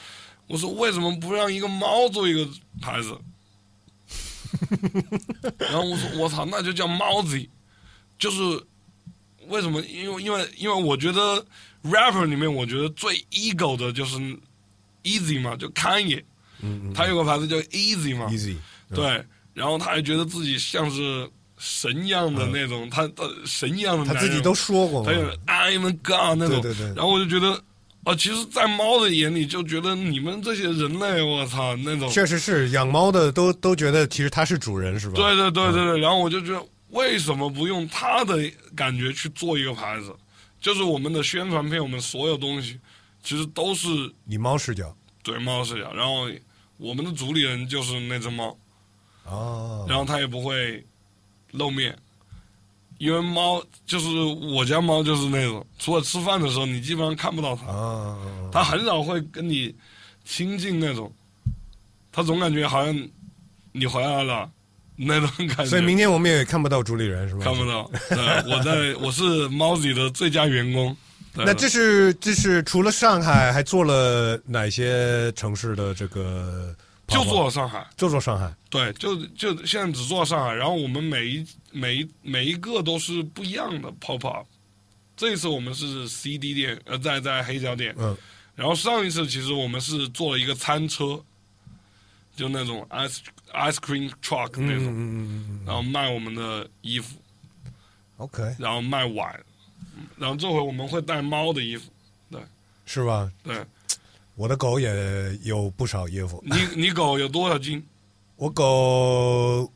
Speaker 1: 我说为什么不让一个猫做一个牌子？然后我说我操，那就叫猫 Z， 就是为什么？因为我觉得 rapper 里面，我觉得最 ego 的就是 Easy 嘛，就 Kanye，他有个牌子叫 Easy 嘛
Speaker 2: ，Easy，
Speaker 1: 对，然后他还觉得自己像是神一样的那种，他神一样的男人，
Speaker 2: 他自己都说过嘛，
Speaker 1: 他有 I'm a god 那种，
Speaker 2: 对，
Speaker 1: 然后我就觉得。其实，在猫的眼里就觉得你们这些人类，我操，那种
Speaker 2: 确实是养猫的都觉得其实他是主人，是吧？
Speaker 1: 对，然后我就觉得为什么不用他的感觉去做一个牌子？就是我们的宣传片，我们所有东西其实都是
Speaker 2: 以猫视角，
Speaker 1: 对猫视角，然后我们的主理人就是那只猫，然后它也不会露面。因为猫就是我家猫，就是那种除了吃饭的时候，你基本上看不到它，它很少会跟你亲近那种，它总感觉好像你回来了那种感觉。
Speaker 2: 所以明天我们也看不到主理人是吧？
Speaker 1: 看不到，对，我是猫里的最佳员工。
Speaker 2: 那这是除了上海，还做了哪些城市的这个？
Speaker 1: 就做了上海，
Speaker 2: 就做上海。
Speaker 1: 对，就现在只做上海，然后我们每一个都是不一样的 pop up。这一次我们是 CD 店，在黑胶店。然后上一次其实我们是做了一个餐车，就那种 ice cream truck 那种，然后卖我们的衣服。
Speaker 2: OK。
Speaker 1: 然后卖碗，然后这回我们会带猫的衣服，对。
Speaker 2: 是吧？
Speaker 1: 对。
Speaker 2: 我的狗也有不少衣服。
Speaker 1: 你狗有多少斤？
Speaker 2: 我狗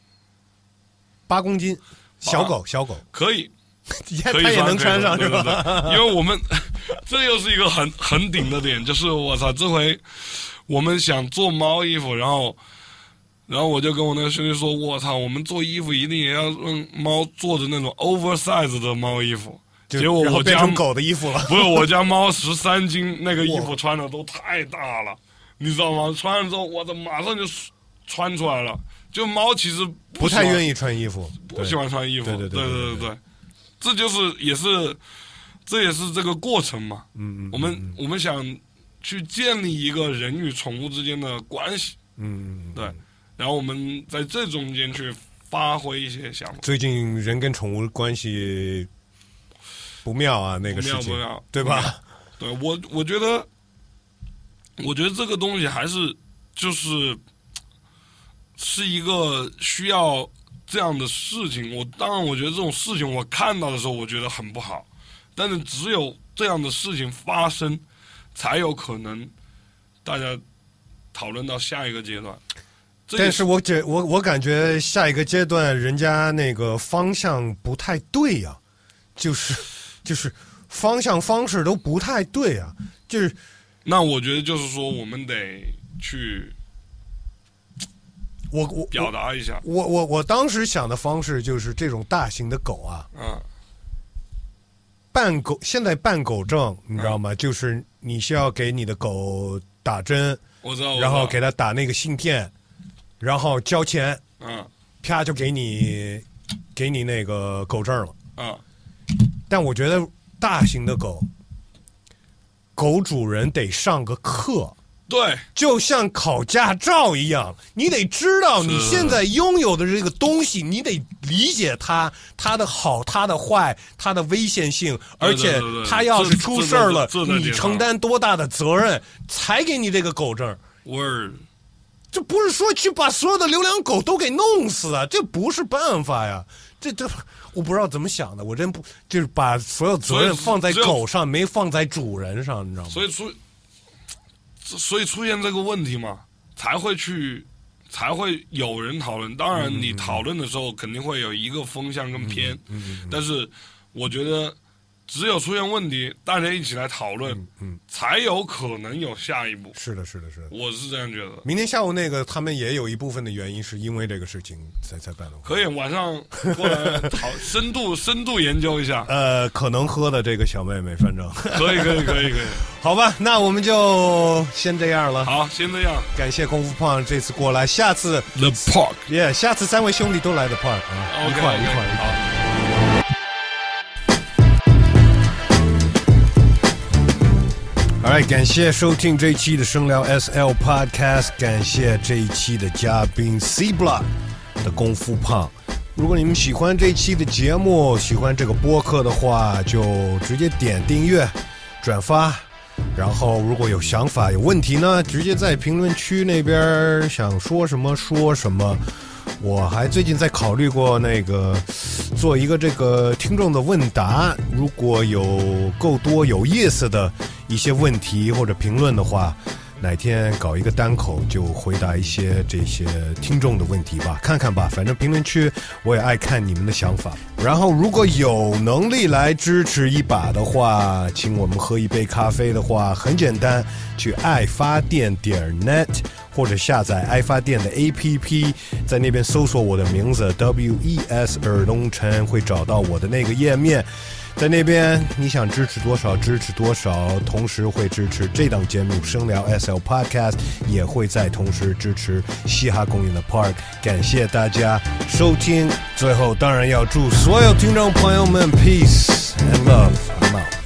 Speaker 2: 8公斤，小狗
Speaker 1: 可以，
Speaker 2: 它也能穿上是吧？
Speaker 1: 对，因为我们这又是一个很顶的点，就是我操，这回我们想做猫衣服，然后我就跟我那个兄弟说，我操，我们做衣服一定也要让猫做的那种 oversize 的猫衣服。结果我
Speaker 2: 变成狗的衣服了，
Speaker 1: 不是我家猫13斤，那个衣服穿的都太大了，你知道吗？穿了之后，我的马上就穿出来了。就猫其实
Speaker 2: 不太愿意穿衣服，
Speaker 1: 不喜欢穿衣服。对，这也是这个过程嘛。我们想去建立一个人与宠物之间的关系。对，然后我们在这中间去发挥一些想法。
Speaker 2: 最近人跟宠物关系不妙啊，那个事情，
Speaker 1: 不妙，
Speaker 2: 对吧？
Speaker 1: 对，我觉得这个东西还是是一个需要这样的事情。当然，我觉得这种事情我看到的时候，我觉得很不好。但是只有这样的事情发生，才有可能大家讨论到下一个阶段。
Speaker 2: 但是我感觉下一个阶段人家那个方向不太对呀，就是方向方式都不太对啊，就是
Speaker 1: 那我觉得就是说我们得去
Speaker 2: 我
Speaker 1: 表达一下。
Speaker 2: 我当时想的方式就是这种大型的狗啊，现在办狗证你知道吗？就是你需要给你的狗打针，
Speaker 1: 我知道，
Speaker 2: 然后给它打那个芯片，然后交钱，啪就给你那个狗证了，但我觉得大型的狗主人得上个课，
Speaker 1: 对，
Speaker 2: 就像考驾照一样，你得知道你现在拥有的这个东西，你得理解它的好，它的坏，它的危险性，而且它要是出事了，你承担多大的责任，才给你这个狗证。这不是说去把所有的流浪狗都给弄死啊，这不是办法呀。这我不知道怎么想的，我真不就是把所有责任放在狗上，没放在主人上，你知道吗？
Speaker 1: 所以出现这个问题嘛，才会有人讨论。当然，你讨论的时候肯定会有一个风向跟偏，但是我觉得只有出现问题，大家一起来讨论，才有可能有下一步。
Speaker 2: 是的，
Speaker 1: 我是这样觉得。
Speaker 2: 明天下午那个他们也有一部分的原因是因为这个事情才办的。
Speaker 1: 可以晚上过来深度研究一下。
Speaker 2: 可能喝的这个小妹妹，反正
Speaker 1: 可以。
Speaker 2: 好吧，那我们就先这样了。
Speaker 1: 好，先这样。
Speaker 2: 感谢功夫胖这次过来，下次
Speaker 1: The Park，
Speaker 2: 下次3位兄弟都来 The Park 啊，一块。
Speaker 1: 好。
Speaker 2: Alright， 感谢收听这一期的声聊 SL Podcast， 感谢这一期的嘉宾 C Block 的功夫胖。如果你们喜欢这一期的节目，喜欢这个播客的话，就直接点订阅、转发。然后如果有想法、有问题呢，直接在评论区那边想说什么说什么。我还最近在考虑过那个做一个这个听众的问答，如果有够多有意思的一些问题或者评论的话，哪天搞一个单口就回答一些这些听众的问题吧，看看吧，反正评论区我也爱看你们的想法。然后如果有能力来支持一把的话，请我们喝一杯咖啡的话，很简单，去爱发电.net或者下载爱发电的 APP， 在那边搜索我的名字 WES 尔东城，会找到我的那个页面。在那边你想支持多少支持多少，同时会支持这档节目声聊 SL Podcast， 也会在同时支持嘻哈公园的 Park。 感谢大家收听，最后当然要祝所有听众朋友们 Peace and Love。 I'm out。